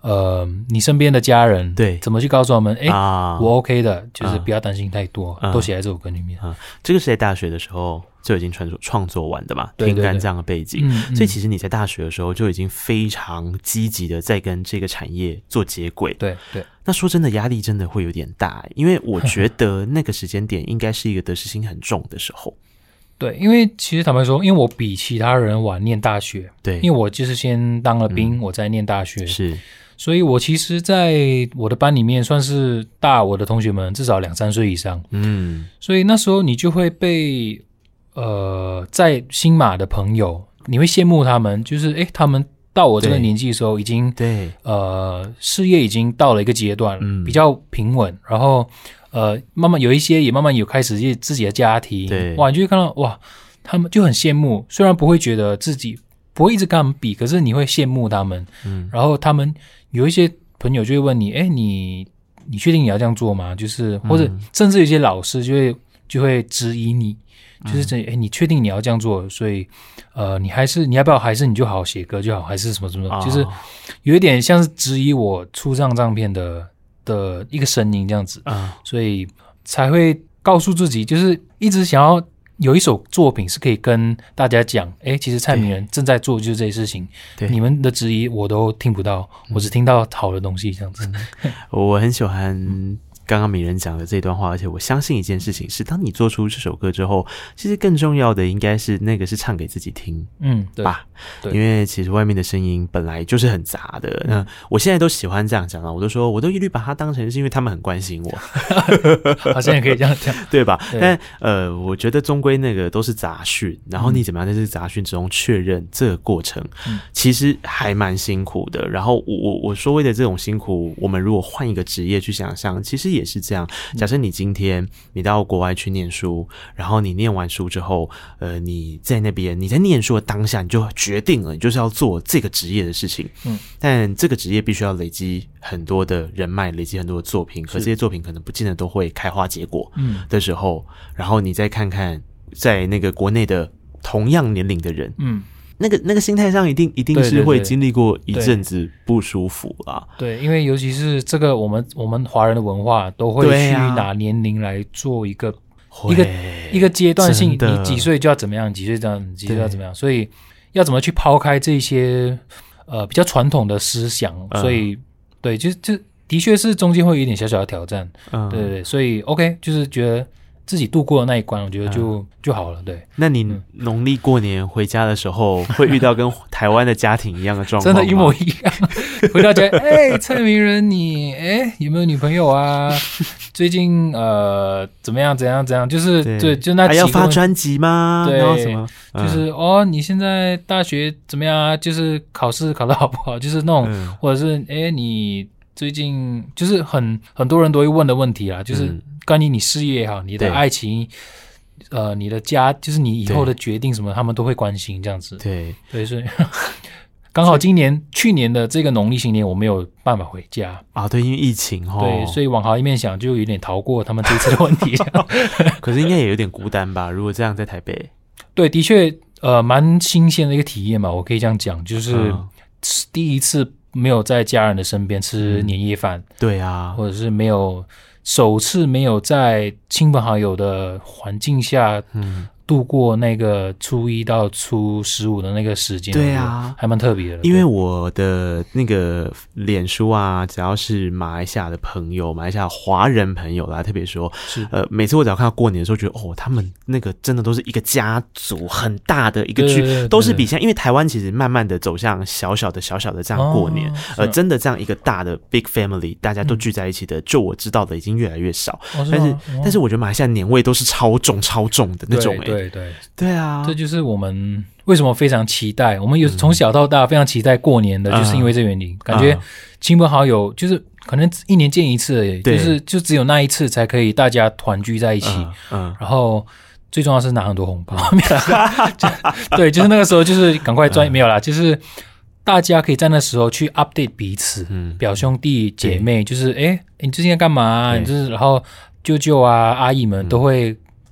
呃，你身边的家人对怎么去告诉他们，哎、 啊， 我 OK 的，就是不要担心太多， 啊、 都写在这首歌里面。 啊，这个是在大学的时候就已经创作创作完的嘛， 对对对听干这样的背景、 嗯嗯， 所以其实你在大学的时候就已经非常积极的在跟这个产业做接轨。 对对， 那说真的，压力真的会有点大，因为我觉得那个时间点应该是一个得失心很重的时候。 对，因为其实坦白说，因为我比其他人晚念大学， 对， 因为我就是先当了兵， 嗯、 我再念大学， 是， 所以我其实在我的班里面算是大我的同学们至少两三岁以上， 嗯， 所以那时候你就会被呃在新马的朋友，你会羡慕他们，就是诶他们到我这个年纪的时候已经对呃事业已经到了一个阶段， 嗯， 比较平稳，然后。呃，慢慢有一些也慢慢有开始自己的家庭， 对， 哇，你就会看到哇，他们就很羡慕，虽然不会觉得自己不会一直跟他们比，可是你会羡慕他们，嗯，然后他们有一些朋友就会问你，哎，你你确定你要这样做吗？就是或者甚至有些老师就会就会质疑你，就是这，哎，你确定你要这样做？所以呃，你还是你要不要还是你就好好写歌就好，还是什么什么，哦、就是有一点像是质疑我出这张唱片的。的一个声音这样子、嗯、所以才会告诉自己，就是一直想要有一首作品是可以跟大家讲，诶，其实蔡明仁正在做就是这些事情，你们的质疑我都听不到，我只听到好的东西这样子、 嗯、我很喜欢刚刚名人讲的这段话，而且我相信一件事情是，当你做出这首歌之后，其实更重要的应该是那个是唱给自己听， 嗯，对吧？对，因为其实外面的声音本来就是很杂的。那、嗯、我现在都喜欢这样讲了，我都说，我都一律把它当成是因为他们很关心我， 好像也可以这样讲， 对吧？对，但呃，我觉得终归那个都是杂讯，然后你怎么样在这个杂讯之中确认这个过程，嗯、其实还蛮辛苦的。然后我我我所谓的这种辛苦，我们如果换一个职业去想象，其实也是这样。假设你今天你到国外去念书，然后你念完书之后，呃，你在那边你在念书的当下，你就决定了你就是要做这个职业的事情。嗯，但这个职业必须要累积很多的人脉，累积很多的作品，可这些作品可能不见得都会开花结果。嗯，的时候，然后你再看看在那个国内的同样年龄的人，嗯。那个那个心态上一定一定是会经历过一阵子不舒服啦。 对，因为尤其是这个我们我们华人的文化都会去拿年龄来做一个、啊、一个一个阶段性，你几岁就要怎么样，几岁这样，几岁要怎么样，所以要怎么去抛开这些呃比较传统的思想，嗯、所以对，就就的确是中间会有一点小小的挑战，嗯、对对对，所以 OK 就是觉得。自己度过的那一关，我觉得就、嗯、就好了。对， 那你农历过年回家的时候，会遇到跟台湾的家庭一样的状况吗？ 真的，一模一样。回到家，哎、欸，蔡明仁，你哎、欸、有没有女朋友啊？最近呃怎么样？怎样怎样？就是对，对，就那几个还要发专辑吗？ 对， 然后什么？ 嗯、就是哦，你现在大学怎么样啊？就是考试考得好不好？就是那种，嗯、或者是哎、欸、你最近就是很很多人都会问的问题啦，就是。嗯关于你事业也好，你的爱情，呃，你的家，就是你以后的决定什么，他们都会关心这样子。 对对，所以刚好今年、去年的这个农历新年，我没有办法回家啊。对，因为疫情哦。 对，所以往好一面想，就有点逃过他们这次的问题。 可是应该也有点孤单吧？如果这样在台北， 对，的确，呃，蛮新鲜的一个体验嘛。我可以这样讲，就是嗯、 第一次没有在家人的身边吃年夜饭、嗯， 对啊， 或者是没有。首次没有在亲朋好友的环境下度过那个初一到初十五的那个时间， 对啊， 还蛮特别的。 因为我的那个脸书啊，只要是马来西亚的朋友，马来西亚华人朋友啦，特别说，是呃，每次我只要看到过年的时候，觉得哦，他们那个真的都是一个家族很大的一个聚，都是比像，因为台湾其实慢慢的走向小小的小小的这样过年，哦、呃，真的这样一个大的 big family， 大家都聚在一起的，嗯、就我知道的已经越来越少。哦、但是、哦、但是我觉得马来西亚年味都是超重超重的那种、欸，哎。 对对对啊， 这就是我们为什么非常期待。我们有从小到大非常期待过年的，嗯、就是因为这原因，嗯、感觉亲朋好友就是可能一年见一次而已，就是就只有那一次才可以大家团聚在一起。嗯，嗯然后最重要是拿很多红包。对，就是那个时候就是赶快赚，嗯、没有啦，就是大家可以在那时候去 update 彼此，嗯、表兄弟姐妹，就是哎，你最近在干嘛？你就是然后舅舅啊阿姨们都会。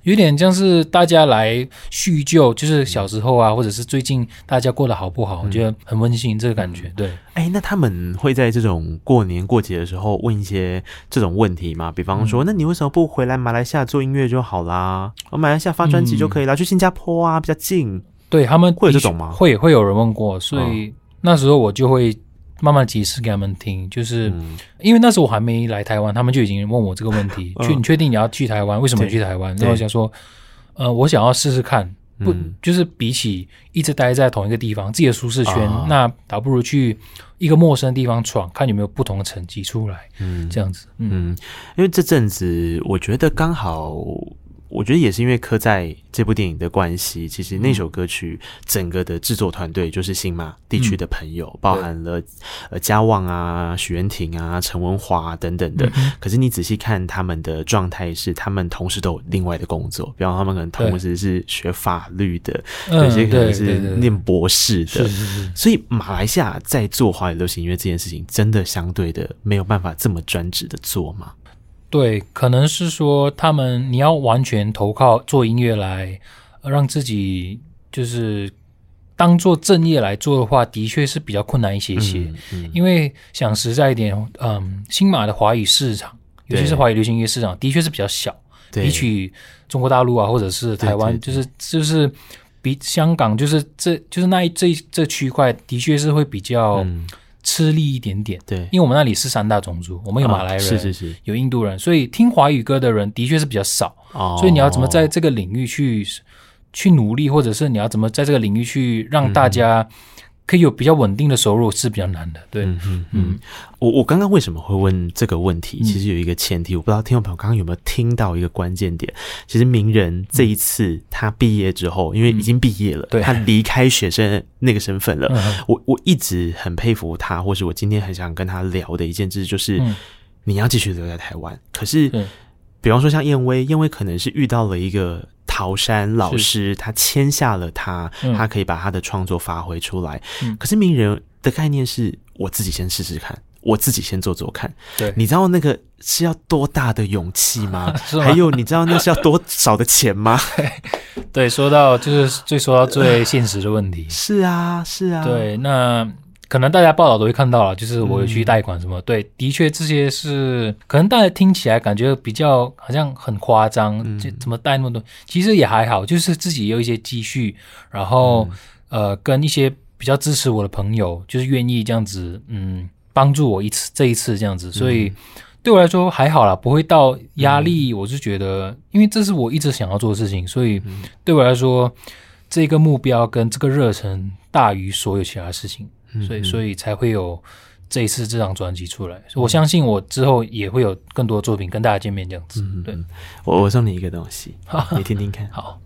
有点像是大家来叙旧，就是小时候啊，或者是最近大家过得好不好，我、嗯、觉得很温馨这个感觉。对， 哎，那他们会在这种过年过节的时候问一些这种问题吗？比方说，嗯、那你为什么不回来马来西亚做音乐就好啦？我马来西亚发专辑就可以啦，嗯、去新加坡啊，比较近。对，他们会有这种吗？ 会会有人问过，所以、哦、那时候我就会慢慢解释给他们听，就是、嗯、因为那时候我还没来台湾，他们就已经问我这个问题，嗯、去你确定你要去台湾？为什么你去台湾？然后我想说，呃，我想要试试看，不、嗯、就是比起一直待在同一个地方，自己的舒适圈，哦、那倒不如去一个陌生的地方闯，看有没有不同的成绩出来。嗯，这样子。嗯， 嗯因为这阵子我觉得刚好。我觉得也是因为刻在这部电影的关系，其实那首歌曲整个的制作团队就是新马地区的朋友，嗯、包含了呃嘉旺啊、许愿婷啊、陈文华、啊、等等的。嗯、可是你仔细看他们的状态是，他们同时都有另外的工作，比方他们可能同时是学法律的，有些可能是念博士的。所以马来西亚在做华语流行音乐这件事情，真的相对的没有办法这么专职的做吗？ 对，可能是说他们你要完全投靠做音乐来让自己就是当做正业来做的话，的确是比较困难一些些。嗯嗯、因为想实在一点，嗯，新马的华语市场，尤其是华语流行音乐市场，的确是比较小，比起中国大陆啊，或者是台湾，就是就是比香港，就是这就是那一这这区块，的确是会比较。嗯吃力一点点，对，因为我们那里是三大种族，我们有马来人，哦、是是是，有印度人，所以听华语歌的人的确是比较少，哦、所以你要怎么在这个领域去去努力，或者是你要怎么在这个领域去让大家可以有比较稳定的收入是比较难的，对，嗯嗯嗯。我我刚刚为什么会问这个问题？其实有一个前提，我不知道听众朋友刚刚有没有听到一个关键点。其实名人这一次他毕业之后，因为已经毕业了，嗯、他离开学生那个身份了。嗯、我我一直很佩服他，或是我今天很想跟他聊的一件事，就是、嗯、你要继续留在台湾。可是，比方说像燕威，燕威可能是遇到了一个陶山老师，他签下了他，嗯、他可以把他的创作发挥出来。嗯、可是名人的概念是我自己先试试看。我自己先做做看，对，你知道那个是要多大的勇气吗？吗还有你知道那是要多少的钱吗？ 对，说到就是最说到最现实的问题， 是啊，是啊， 对，那可能大家报道都会看到了，就是我有去贷款什么，嗯、对，的确这些是可能大家听起来感觉比较好像很夸张，嗯、就怎么贷那么多？其实也还好，就是自己有一些积蓄，然后、嗯、呃，跟一些比较支持我的朋友，就是愿意这样子，嗯。帮助我一次这一次这样子，所以对我来说还好啦，不会到压力。我是觉得，因为这是我一直想要做的事情，所以对我来说，这个目标跟这个热忱大于所有其他事情，所以所以才会有这一次这张专辑出来。我相信我之后也会有更多的作品跟大家见面这样子。对， 我我送你一个东西，你听听看。 好。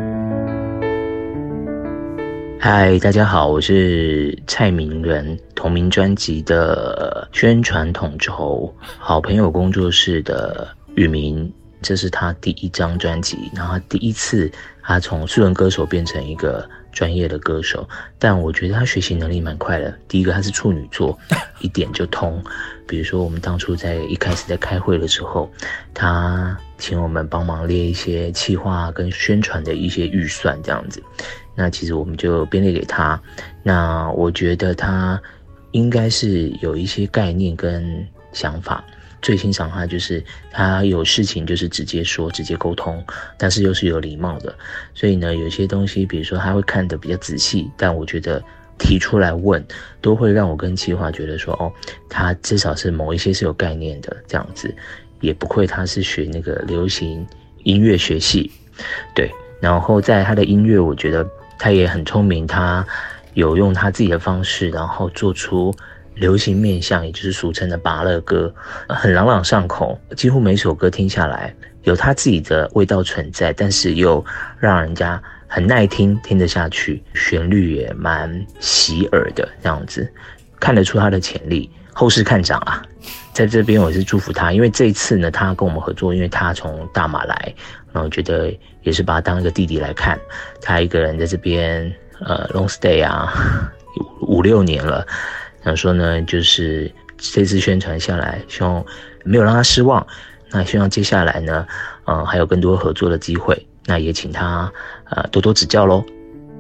嗨，大家好，我是蔡明仁，同名专辑的宣传统筹，好朋友工作室的宇明，这是他第一张专辑，然后他第一次他从素人歌手变成一个专业的歌手，但我觉得他学习能力蛮快的。第一个他是处女座，一点就通。比如说我们当初在一开始在开会的时候，他请我们帮忙列一些企划跟宣传的一些预算这样子，那其实我们就编列给他。那我觉得他应该是有一些概念跟想法，最欣赏他就是他有事情就是直接说直接沟通，但是又是有礼貌的。所以呢有些东西比如说他会看得比较仔细，但我觉得提出来问都会让我跟企划觉得说哦，他至少是某一些是有概念的这样子，也不愧他是学那个流行音乐学系。对，然后在他的音乐我觉得他也很聪明，他有用他自己的方式然后做出流行面向，也就是俗称的芭乐歌，很朗朗上口，几乎每首歌听下来有他自己的味道存在，但是又让人家很耐听，听得下去，旋律也蛮洗耳的这样子，看得出他的潜力，后市看涨啊。在这边我是祝福他，因为这一次呢他跟我们合作，因为他从大马来，然后觉得也是把他当一个弟弟来看，他一个人在这边呃 long stay 啊五六年了，想说呢就是这次宣传下来希望没有让他失望，那希望接下来呢呃还有更多合作的机会， 那也请他呃多多指教咯。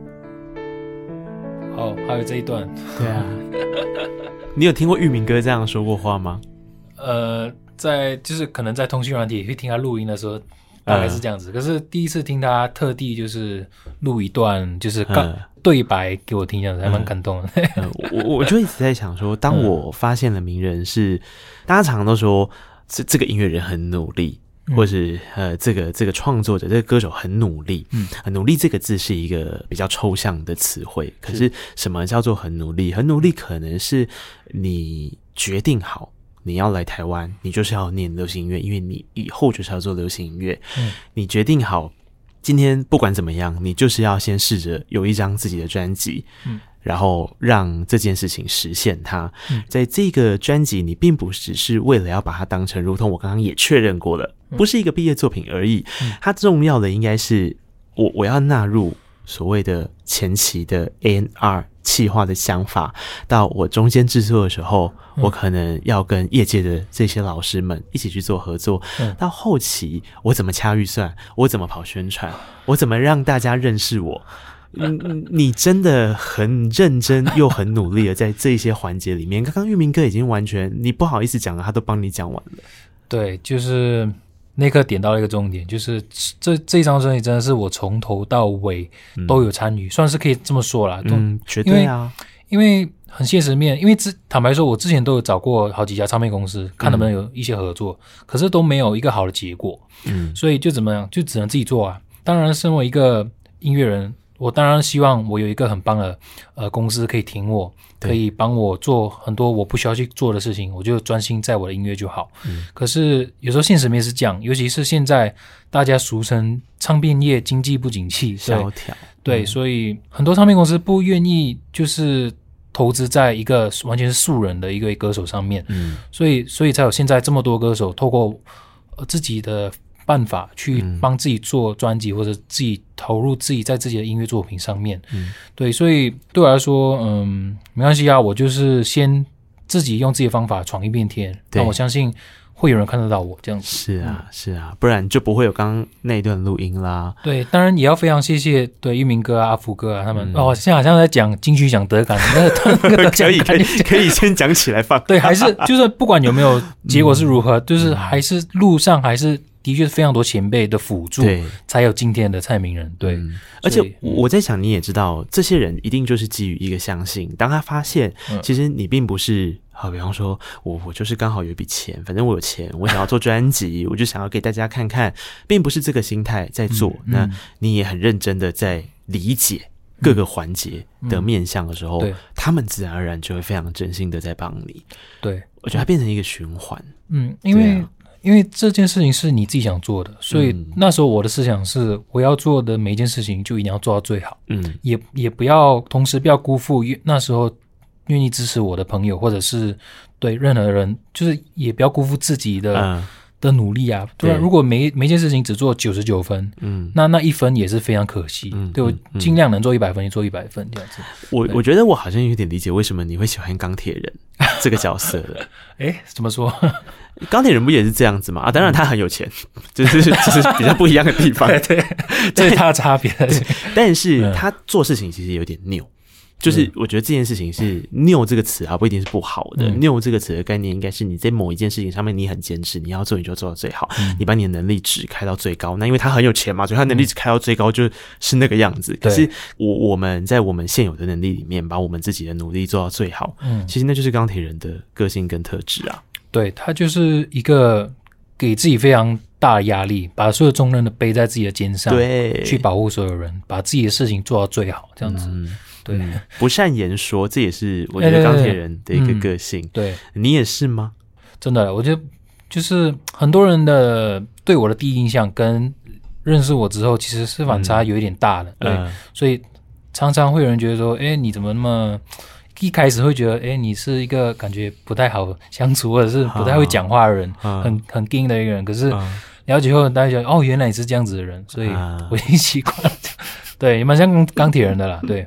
好，还有这一段。 对啊。你有听过玉明哥这样说过话吗？ 呃，在就是可能在通讯软体会听他录音的时候，大概是这样子。嗯、可是第一次听他特地就是录一段，就是刚、嗯、对白给我听，这样子还蛮感动的。 嗯、我我就一直在想说，当我发现了名人是，大家常常都说这这个音乐人很努力。或是呃，这个这个创作者，这个歌手很努力。嗯，努力这个字是一个比较抽象的词汇。可是什么叫做很努力？很努力可能是你决定好你要来台湾，你就是要念流行音乐，因为你以后就是要做流行音乐。嗯，你决定好今天不管怎么样，你就是要先试着有一张自己的专辑。嗯。然后让这件事情实现它。嗯、在这个专辑，你并不只是为了要把它当成，如同我刚刚也确认过了，不是一个毕业作品而已。嗯、它重要的应该是我我要纳入所谓的前期的 A and R 企划的想法，到我中间制作的时候，嗯、我可能要跟业界的这些老师们一起去做合作。嗯、到后期，我怎么掐预算，我怎么跑宣传，我怎么让大家认识我。你真的很认真又很努力的在这一些环节里面，刚刚玉明哥已经完全你不好意思讲了，他都帮你讲完了。 对，就是那刻点到了一个重点，就是这这一张专辑真的是我从头到尾都有参与，嗯、算是可以这么说啦。 嗯，绝对啊， 因为因为很现实面，因为坦白说，我之前都有找过好几家唱片公司，看能不能有一些合作，嗯、可是都没有一个好的结果。嗯，所以就怎么样，就只能自己做啊。当然，身为一个音乐人。我当然希望我有一个很棒的呃公司可以挺我，可以帮我做很多我不需要去做的事情，我就专心在我的音乐就好。嗯、可是有时候现实面是这样，尤其是现在大家俗称唱片业经济不景气， 萧条， 对， 嗯、 所以很多唱片公司不愿意就是投资在一个完全是素人的一个歌手上面，嗯，所以所以才有现在这么多歌手透过、呃、自己的办法去帮自己做专辑，嗯、或者自己投入自己在自己的音乐作品上面。嗯、对，所以对我来说，嗯，没关系啊，我就是先自己用自己的方法闯一片天，那我相信会有人看得到我这样子。 是啊，嗯、是啊，不然就不会有刚刚那一段录音啦。 对，当然也要非常谢谢对玉明哥啊、阿福哥啊他们。嗯、哦，现在好像在讲金曲奖得感，那个可以可以可以先讲起来放。 对，还是就是不管有没有结果是如何，嗯、就是还是路上还是。的确是非常多前辈的辅助，才有今天的蔡明人。对，嗯、 而且我在想，你也知道，这些人一定就是基于一个相信。当他发现，其实你并不是，好，比方说我我就是刚好有一笔钱，反正我有钱，我想要做专辑，我就想要给大家看看，并不是这个心态在做。嗯、那你也很认真的在理解各个环节的面向的时候，嗯嗯、他们自然而然就会非常真心的在帮你。 对， 我觉得它变成一个循环。 嗯，因为。因为这件事情是你自己想做的，所以那时候我的思想是，我要做的每一件事情就一定要做到最好，嗯，也也不要同时不要辜负那时候愿意支持我的朋友，或者是对任何人，就是也不要辜负自己的、嗯、的努力啊。对，如果每每一件事情只做九十九分，嗯，那那一分也是非常可惜。嗯，对，我尽量能做一百分就做一百分这样子。 我我觉得我好像有点理解为什么你会喜欢钢铁人这个角色了。 哎，怎么说？ 钢铁人不也是这样子吗？啊，当然他很有钱，就是就是比较不一样的地方。 对对，这是他的差别。 但是他做事情其实有点拗，就是我觉得这件事情是拗这个词啊，不一定是不好的。嗯、拗这个词的概念应该是你在某一件事情上面你很坚持，你要做你就做到最好，嗯、你把你的能力值开到最高。那因为他很有钱嘛，所以他能力值开到最高就是那个样子。嗯、可是我我们在我们现有的能力里面，把我们自己的努力做到最好，嗯、其实那就是钢铁人的个性跟特质啊。 对，他就是一个给自己非常大的压力，把所有重任都背在自己的肩上， 对， 去保护所有人，把自己的事情做到最好，这样子。嗯、对、嗯， 不善言说，这也是我觉得钢铁人的一个个性。 对，对你也是吗？ 真的，我觉得就是很多人的对我的第一印象跟认识我之后，其实是反差有一点大的。嗯、对，嗯、所以常常会有人觉得说，哎，你怎么那么……一开始会觉得，哎，你是一个感觉不太好相处，或者是不太会讲话的人，啊、很很硬的一个人。可是了解后，大家觉得，哦，原来你是这样子的人，所以我已经习惯了。对，也蛮像钢铁人的啦。对，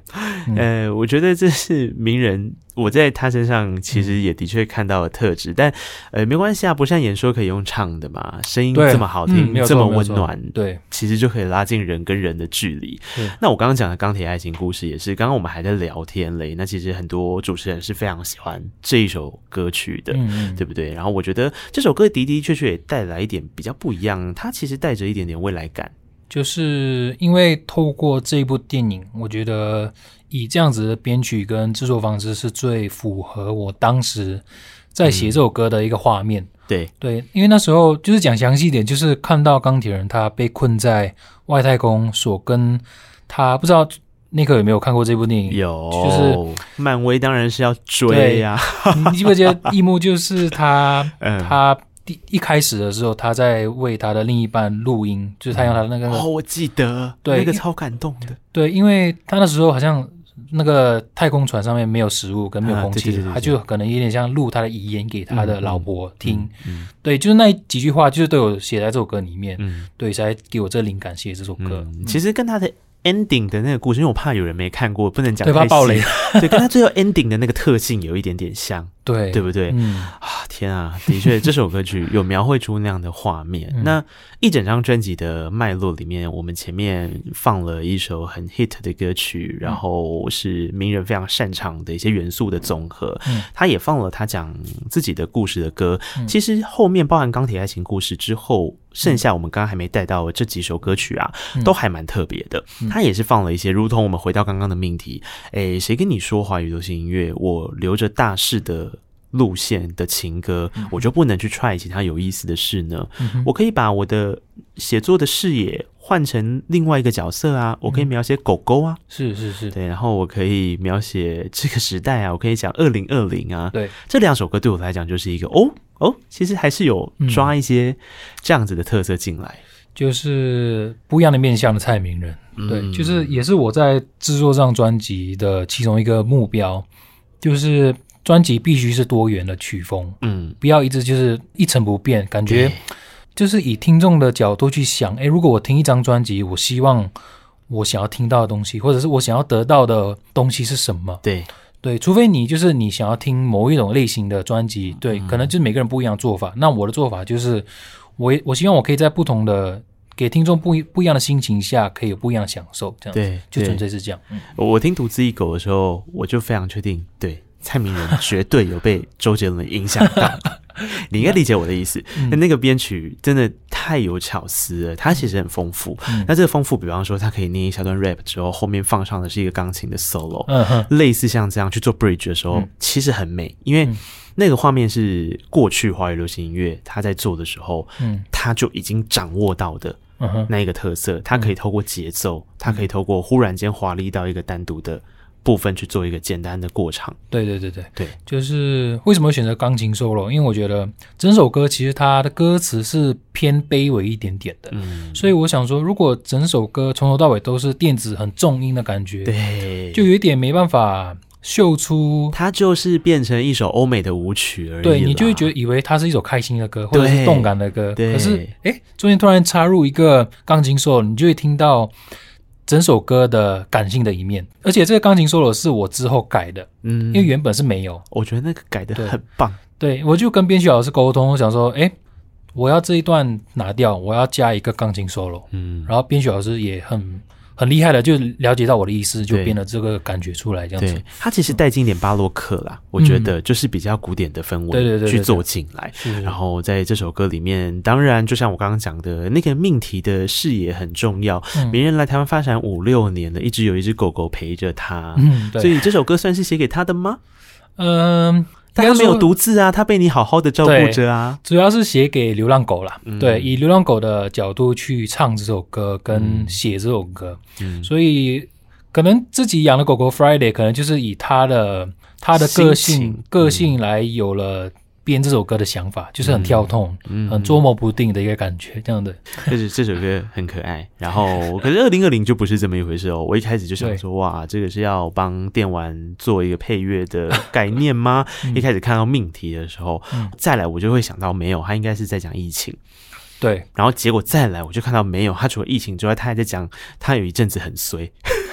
嗯、 呃，我觉得这是名人，我在他身上其实也的确看到了特质，嗯、但呃没关系啊，不善演说可以用唱的嘛，声音这么好听，嗯、这么温暖， 对， 其实就可以拉近人跟人的距离。那我刚刚讲的钢铁爱情故事也是，刚刚我们还在聊天嘞，那其实很多主持人是非常喜欢这一首歌曲的，嗯、对不对？然后我觉得这首歌的的确确也带来一点比较不一样，它其实带着一点点未来感。 就是因为透过这一部电影，我觉得以这样子的编曲跟制作方式是最符合我当时在写这首歌的一个画面。 嗯、对对，因为那时候就是讲详细一点，就是看到钢铁人他被困在外太空所跟他，不知道那个有没有看过这部电影？ 有， 就是漫威当然是要追呀、 啊。你记不记得一幕就是他、 嗯、 他第一开始的时候，他在为他的另一半录音，就是他用他的那个、 嗯、哦，我记得， 对， 那个超感动的。 对，因为他那时候好像那个太空船上面没有食物跟没有空气，啊、对对对对，他就可能有点像录他的遗言给他的老婆听。嗯嗯、对，就是那几句话，就是都有写在这首歌里面。嗯，对，才给我这灵感写这首歌。 嗯、其实跟他的ending 的那个故事，因为我怕有人没看过，不能讲太细， 对，怕爆雷。 对，跟他最后 ending 的那个特性有一点点像。 对， 对不对？ 嗯啊，天啊，的确，这首歌曲有描绘出那样的画面。嗯、那一整张专辑的脉络里面，我们前面放了一首很 hit 的歌曲，然后是名人非常擅长的一些元素的总和。嗯，他也放了他讲自己的故事的歌。嗯、其实后面包含钢铁爱情故事之后，剩下我们刚刚还没带到的这几首歌曲啊，嗯、都还蛮特别的。嗯、他也是放了一些，如同我们回到刚刚的命题，诶，谁跟你说华语流行音乐？我留着大势的路线的情歌，嗯、我就不能去 try 其他有意思的事呢？嗯、我可以把我的写作的视野换成另外一个角色啊，我可以描写狗狗啊， 是是是， 对，然后我可以描写这个时代啊，我可以讲二零二零啊， 对，这两首歌对我来讲就是一个哦哦，其实还是有抓一些这样子的特色进来。嗯， 就是不一样的面向的蔡明仁，嗯、对，就是也是我在制作这张专辑的其中一个目标，就是专辑必须是多元的曲风，嗯，不要一直就是一成不变，感觉就是以听众的角度去想，诶，如果我听一张专辑，我希望我想要听到的东西，或者是我想要得到的东西是什么？ 对对，除非你就是你想要听某一种类型的专辑，对，嗯、可能就是每个人不一样的做法。那我的做法就是我我希望我可以在不同的给听众不一不一样的心情下，可以有不一样的享受，这样子，对，就纯粹是这样。嗯、 我听独自一狗的时候，我就非常确定，对。蔡明仁绝对有被周杰伦影响到，你应该理解我的意思。嗯、那个编曲真的太有巧思了，它其实很丰富。嗯、那这个丰富，比方说，它可以念一小段 rap 之后，后面放上的是一个钢琴的 solo，嗯、类似像这样去做 bridge 的时候，嗯、其实很美，因为那个画面是过去华语流行音乐他在做的时候，嗯、他就已经掌握到的那一个特色，他可以透过节奏，他可以透过忽然间华丽到一个单独的部分去做一个简单的过场。 对对对对对， 就是为什么选择钢琴 solo？ 因为我觉得整首歌其实它的歌词是偏卑微一点点的，嗯，所以我想说，如果整首歌从头到尾都是电子很重音的感觉， 对， 就有一点没办法秀出， 它就是变成一首欧美的舞曲而已。 对，你就会觉得以为它是一首开心的歌，或者是动感的歌，可是哎，中间突然插入一个钢琴 solo， 你就会听到整首歌的感性的一面，而且这个钢琴 solo 是我之后改的，嗯，因为原本是没有。 我觉得那个改的很棒。 对，我就跟编曲老师沟通，我想说，哎，我要这一段拿掉，我要加一个钢琴 solo，嗯，然后编曲老师也很很厉害的，就了解到我的意思，就编了这个感觉出来，这样子。 对，他其实带进一点巴洛克啦，嗯、我觉得就是比较古典的氛围去做进来。然后在这首歌里面，当然就像我刚刚讲的，那个命题的视野很重要。嗯、名人来台湾发展五六年了，一直有一只狗狗陪着他，嗯、所以这首歌算是写给他的吗？嗯。但他没有独自啊，他被你好好的照顾着啊。 主要是写给流浪狗啦，嗯、对，以流浪狗的角度去唱这首歌跟写这首歌，嗯、所以可能自己养的狗狗 Friday 可能就是以他的他的个性个性来有了编这首歌的想法，就是很跳动、嗯、很捉摸不定的一个感觉，这样的。 就是这首歌很可爱，然后可是二零二零就不是这么一回事哦。我一开始就想说，哇，这个是要帮电玩做一个配乐的概念吗？嗯、一开始看到命题的时候，嗯、再来我就会想到没有，他应该是在讲疫情。 对， 然后结果再来我就看到没有，他除了疫情之外，他还在讲他有一阵子很衰。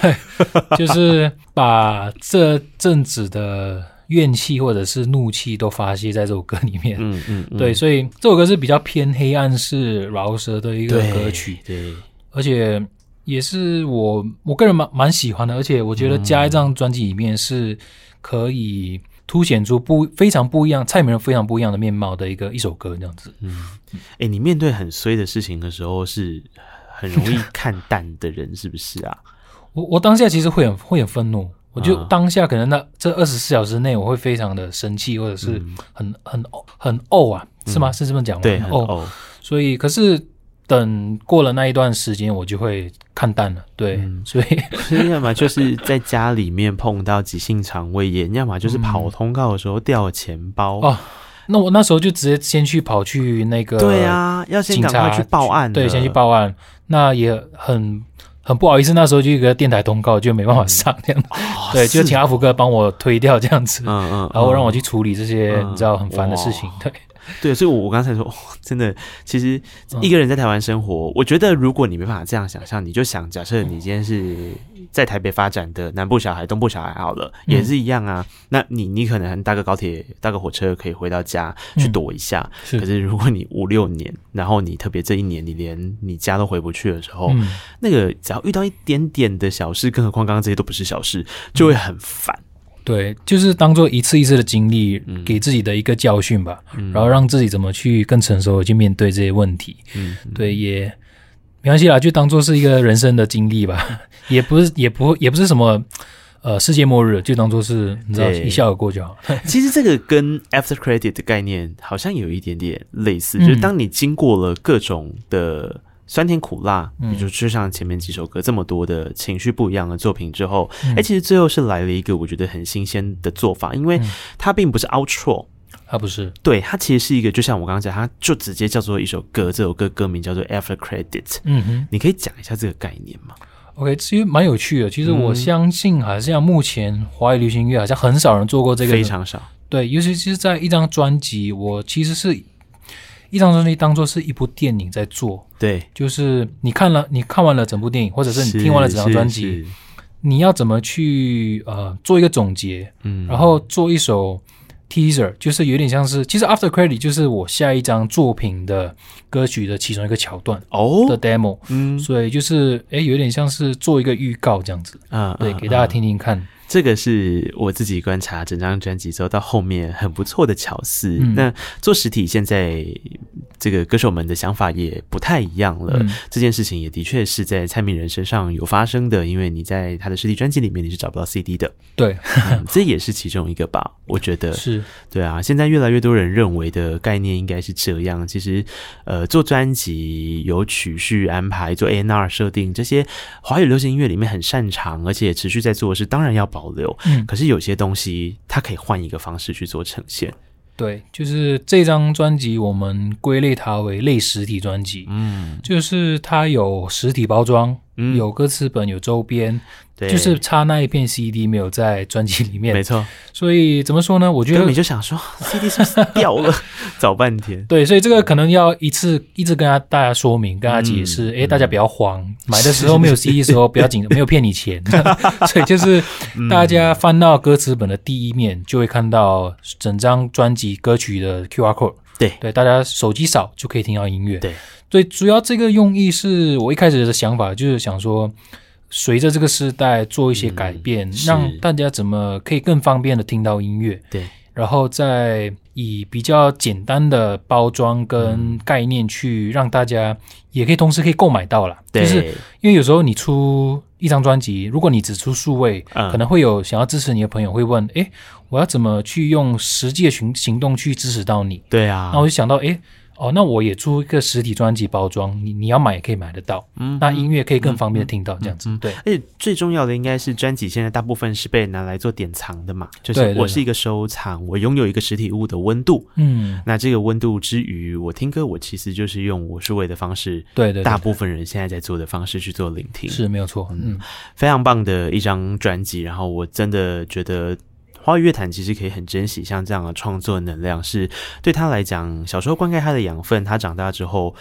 就是把这阵子的怨气或者是怒气都发泄在这首歌里面。嗯嗯嗯，对，所以这首歌是比较偏黑暗式饶舌的一个歌曲， 对，对， 而且也是我我个人蛮蛮喜欢的，而且我觉得加在这张专辑里面是可以凸显出不非常不一样蔡明仁非常不一样的面貌的一个一首歌这样子。 嗯，哎、欸，你面对很衰的事情的时候是很容易看淡的人是不是啊？ 我我当下其实会很会很愤怒，我就当下可能那这二十四小时内我会非常的生气，或者是很、嗯、很很慪啊，是吗？是这么讲吗？ 对，很慪。 所以可是等过了那一段时间，我就会看淡了。对，嗯、所以要么就是在家里面碰到急性肠胃炎，要么就是跑通告的时候掉钱包。 哦，那我那时候就直接先去跑去那个对啊，要先赶快去报案。 对，先去报案。那也很很不好意思，那时候就一个电台通告就没办法上这样子。嗯哦、对，就请阿福哥帮我推掉这样子。嗯 嗯, 嗯，然后让我去处理这些、嗯、你知道很烦的事情。对。 对，所以我刚才说、哦、真的其实一个人在台湾生活、嗯、我觉得如果你没办法这样想象，你就想假设你今天是在台北发展的南部小孩东部小孩好了、嗯、也是一样啊，那你你可能搭个高铁搭个火车可以回到家去躲一下、嗯、是，可是如果你五六年然后你特别这一年你连你家都回不去的时候、嗯、那个只要遇到一点点的小事，更何况刚刚这些都不是小事，就会很烦、嗯， 对，就是当做一次一次的经历、嗯、给自己的一个教训吧、嗯、然后让自己怎么去更成熟的去面对这些问题、嗯、对，也没关系啦，就当做是一个人生的经历吧，也不是也不也不是什么呃世界末日，就当做是你知道一笑而过就好。 其实这个跟 after credit 的概念好像有一点点类似、嗯、就是当你经过了各种的酸甜苦辣，比如就像前面几首歌这么多的情绪不一样的作品之后，哎、嗯欸，其实最后是来了一个我觉得很新鲜的做法，因为它并不是 outro， 它不是， 对，它其实是一个，就像我刚刚讲，它就直接叫做一首歌，这首歌歌名叫做 After Credit。嗯哼，你可以讲一下这个概念吗 ？OK， 其实蛮有趣的。其实我相信，好像目前华语流行乐好像很少人做过这个， 非常少。 对，尤其是在一张专辑，我其实是。一张专辑当作是一部电影在做， 对， 就是你看了，你看完了整部电影，或者是你听完了整张专辑，你要怎么去呃做一个总结，嗯，然后做一首 teaser， 就是有点像是，其实 After Credit 就是我下一张作品的歌曲的其中一个桥段哦的 demo， 嗯，所以就是诶有点像是做一个预告这样子，啊，对，给大家听听看。 这个是我自己观察整张专辑之后到后面很不错的巧思、嗯、那做实体现在这个歌手们的想法也不太一样了、嗯、这件事情也的确是在蔡明仁身上有发生的，因为你在他的实体专辑里面你是找不到 C D 的， 对、 嗯、这也是其中一个吧，我觉得是， 对啊，现在越来越多人认为的概念应该是这样，其实呃，做专辑有曲序安排，做 A and R 设定，这些华语流行音乐里面很擅长而且持续在做的事当然要保留、嗯、可是有些东西它可以换一个方式去做呈现。 对，就是这张专辑我们归类它为类实体专辑，嗯，就是它有实体包装、嗯、有歌词本，有周边，就是差那一片 C D 没有在专辑里面， 没错。 所以怎么说呢，我觉得你就想说 C D 是不是掉了找半天， 对，所以这个可能要一次一直跟大家说明，跟大家解释，哎、嗯，大家不要慌，买的时候没有 C D 的时候不要紧张，没有骗你钱所以就是大家翻到歌词本的第一面就会看到整张专辑歌曲的 Q R code， 对对，大家手机扫就可以听到音乐， 对， 所以主要这个用意是我一开始的想法就是想说随着这个时代做一些改变、嗯、让大家怎么可以更方便的听到音乐， 对， 然后再以比较简单的包装跟概念去让大家也可以同时可以购买到啦， 对， 就是因为有时候你出一张专辑，如果你只出数位、嗯、可能会有想要支持你的朋友会问，诶，我要怎么去用实际的行动去支持到你， 对啊， 那我就想到诶哦，那我也出一个实体专辑包装，你你要买也可以买得到，嗯，那音乐可以更方便的听到，这样子，嗯嗯嗯、对。 而且最重要的应该是专辑现在大部分是被拿来做典藏的嘛，就是我是一个收藏，我拥有一个实体物的温度，嗯，那这个温度之余，我听歌我其实就是用我数位的方式， 对 对, 对， 大部分人现在在做的方式去做聆听， 是没有错，嗯， 非常棒的一张专辑，然后我真的觉得。华语乐坛其实可以很珍惜像这样的创作能量，是对他来讲小时候灌溉他的养分，他长大之后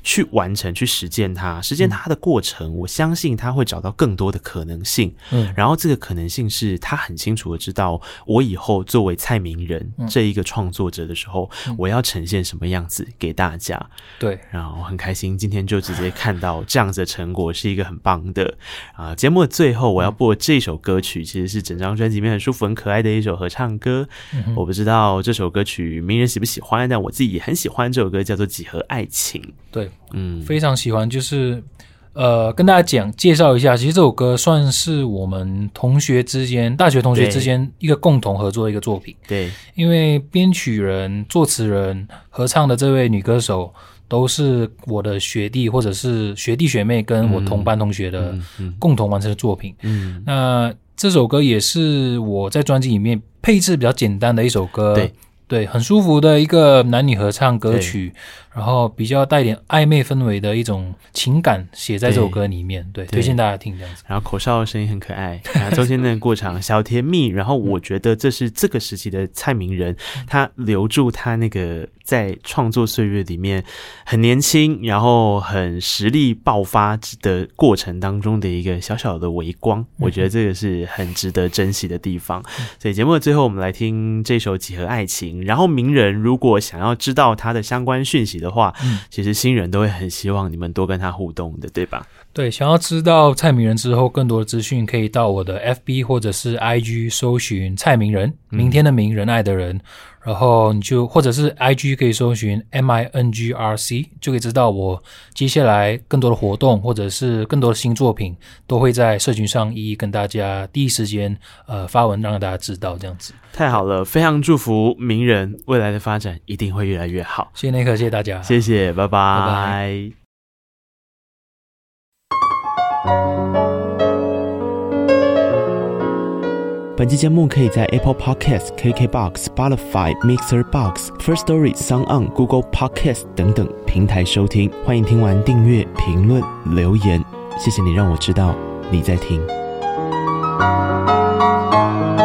去完成去实践它，实践它的过程、嗯、我相信他会找到更多的可能性，嗯，然后这个可能性是他很清楚的知道我以后作为蔡明仁这一个创作者的时候、嗯、我要呈现什么样子给大家。 对， 然后很开心今天就直接看到这样子的成果，是一个很棒的啊。节目的最后我要播这首歌曲其实是整张专辑里面很舒服很可爱的一首合唱歌、嗯、我不知道这首歌曲名人喜不喜欢，但我自己也很喜欢。这首歌叫做几何爱情。 对，嗯，非常喜欢。就是呃，跟大家讲介绍一下，其实这首歌算是我们同学之间大学同学之间一个共同合作的一个作品。 对， 因为编曲人作词人合唱的这位女歌手都是我的学弟或者是学弟学妹跟我同班同学的共同完成的作品。嗯，嗯那这首歌也是我在专辑里面配置比较简单的一首歌。 对对，很舒服的一个男女合唱歌曲，然后比较带点暧昧氛围的一种情感写在这首歌里面。 对, 对，推荐大家听这样子。 然后口哨的声音很可爱，中间那个过场小甜蜜，然后我觉得这是这个时期的蔡明仁，他留住他那个在创作岁月里面很年轻然后很实力爆发的过程当中的一个小小的微光，我觉得这个是很值得珍惜的地方。所以节目的最后我们来听这首几何爱情，然后名人如果想要知道他的相关讯息的话、嗯、其实新人都会很希望你们多跟他互动的，对吧？ 对，想要知道蔡明仁之后更多的资讯，可以到我的 F B 或者是 I G 搜寻蔡明仁，明天的明，仁爱的人，然后你就或者是 I G 可以搜寻 M I N G R C， 就可以知道我接下来更多的活动或者是更多的新作品都会在社群上一一跟大家第一时间呃发文让大家知道，这样子。 太好了，非常祝福名人未来的发展一定会越来越好。 谢谢内克，谢谢大家， 谢谢，拜拜， 拜拜。 本期节目可以在 Apple Podcast、K K Box、Spotify、Mixer Box、First Story、SoundOn、Google Podcast 等等平台收听。欢迎听完订阅、评论、留言，谢谢你让我知道你在听。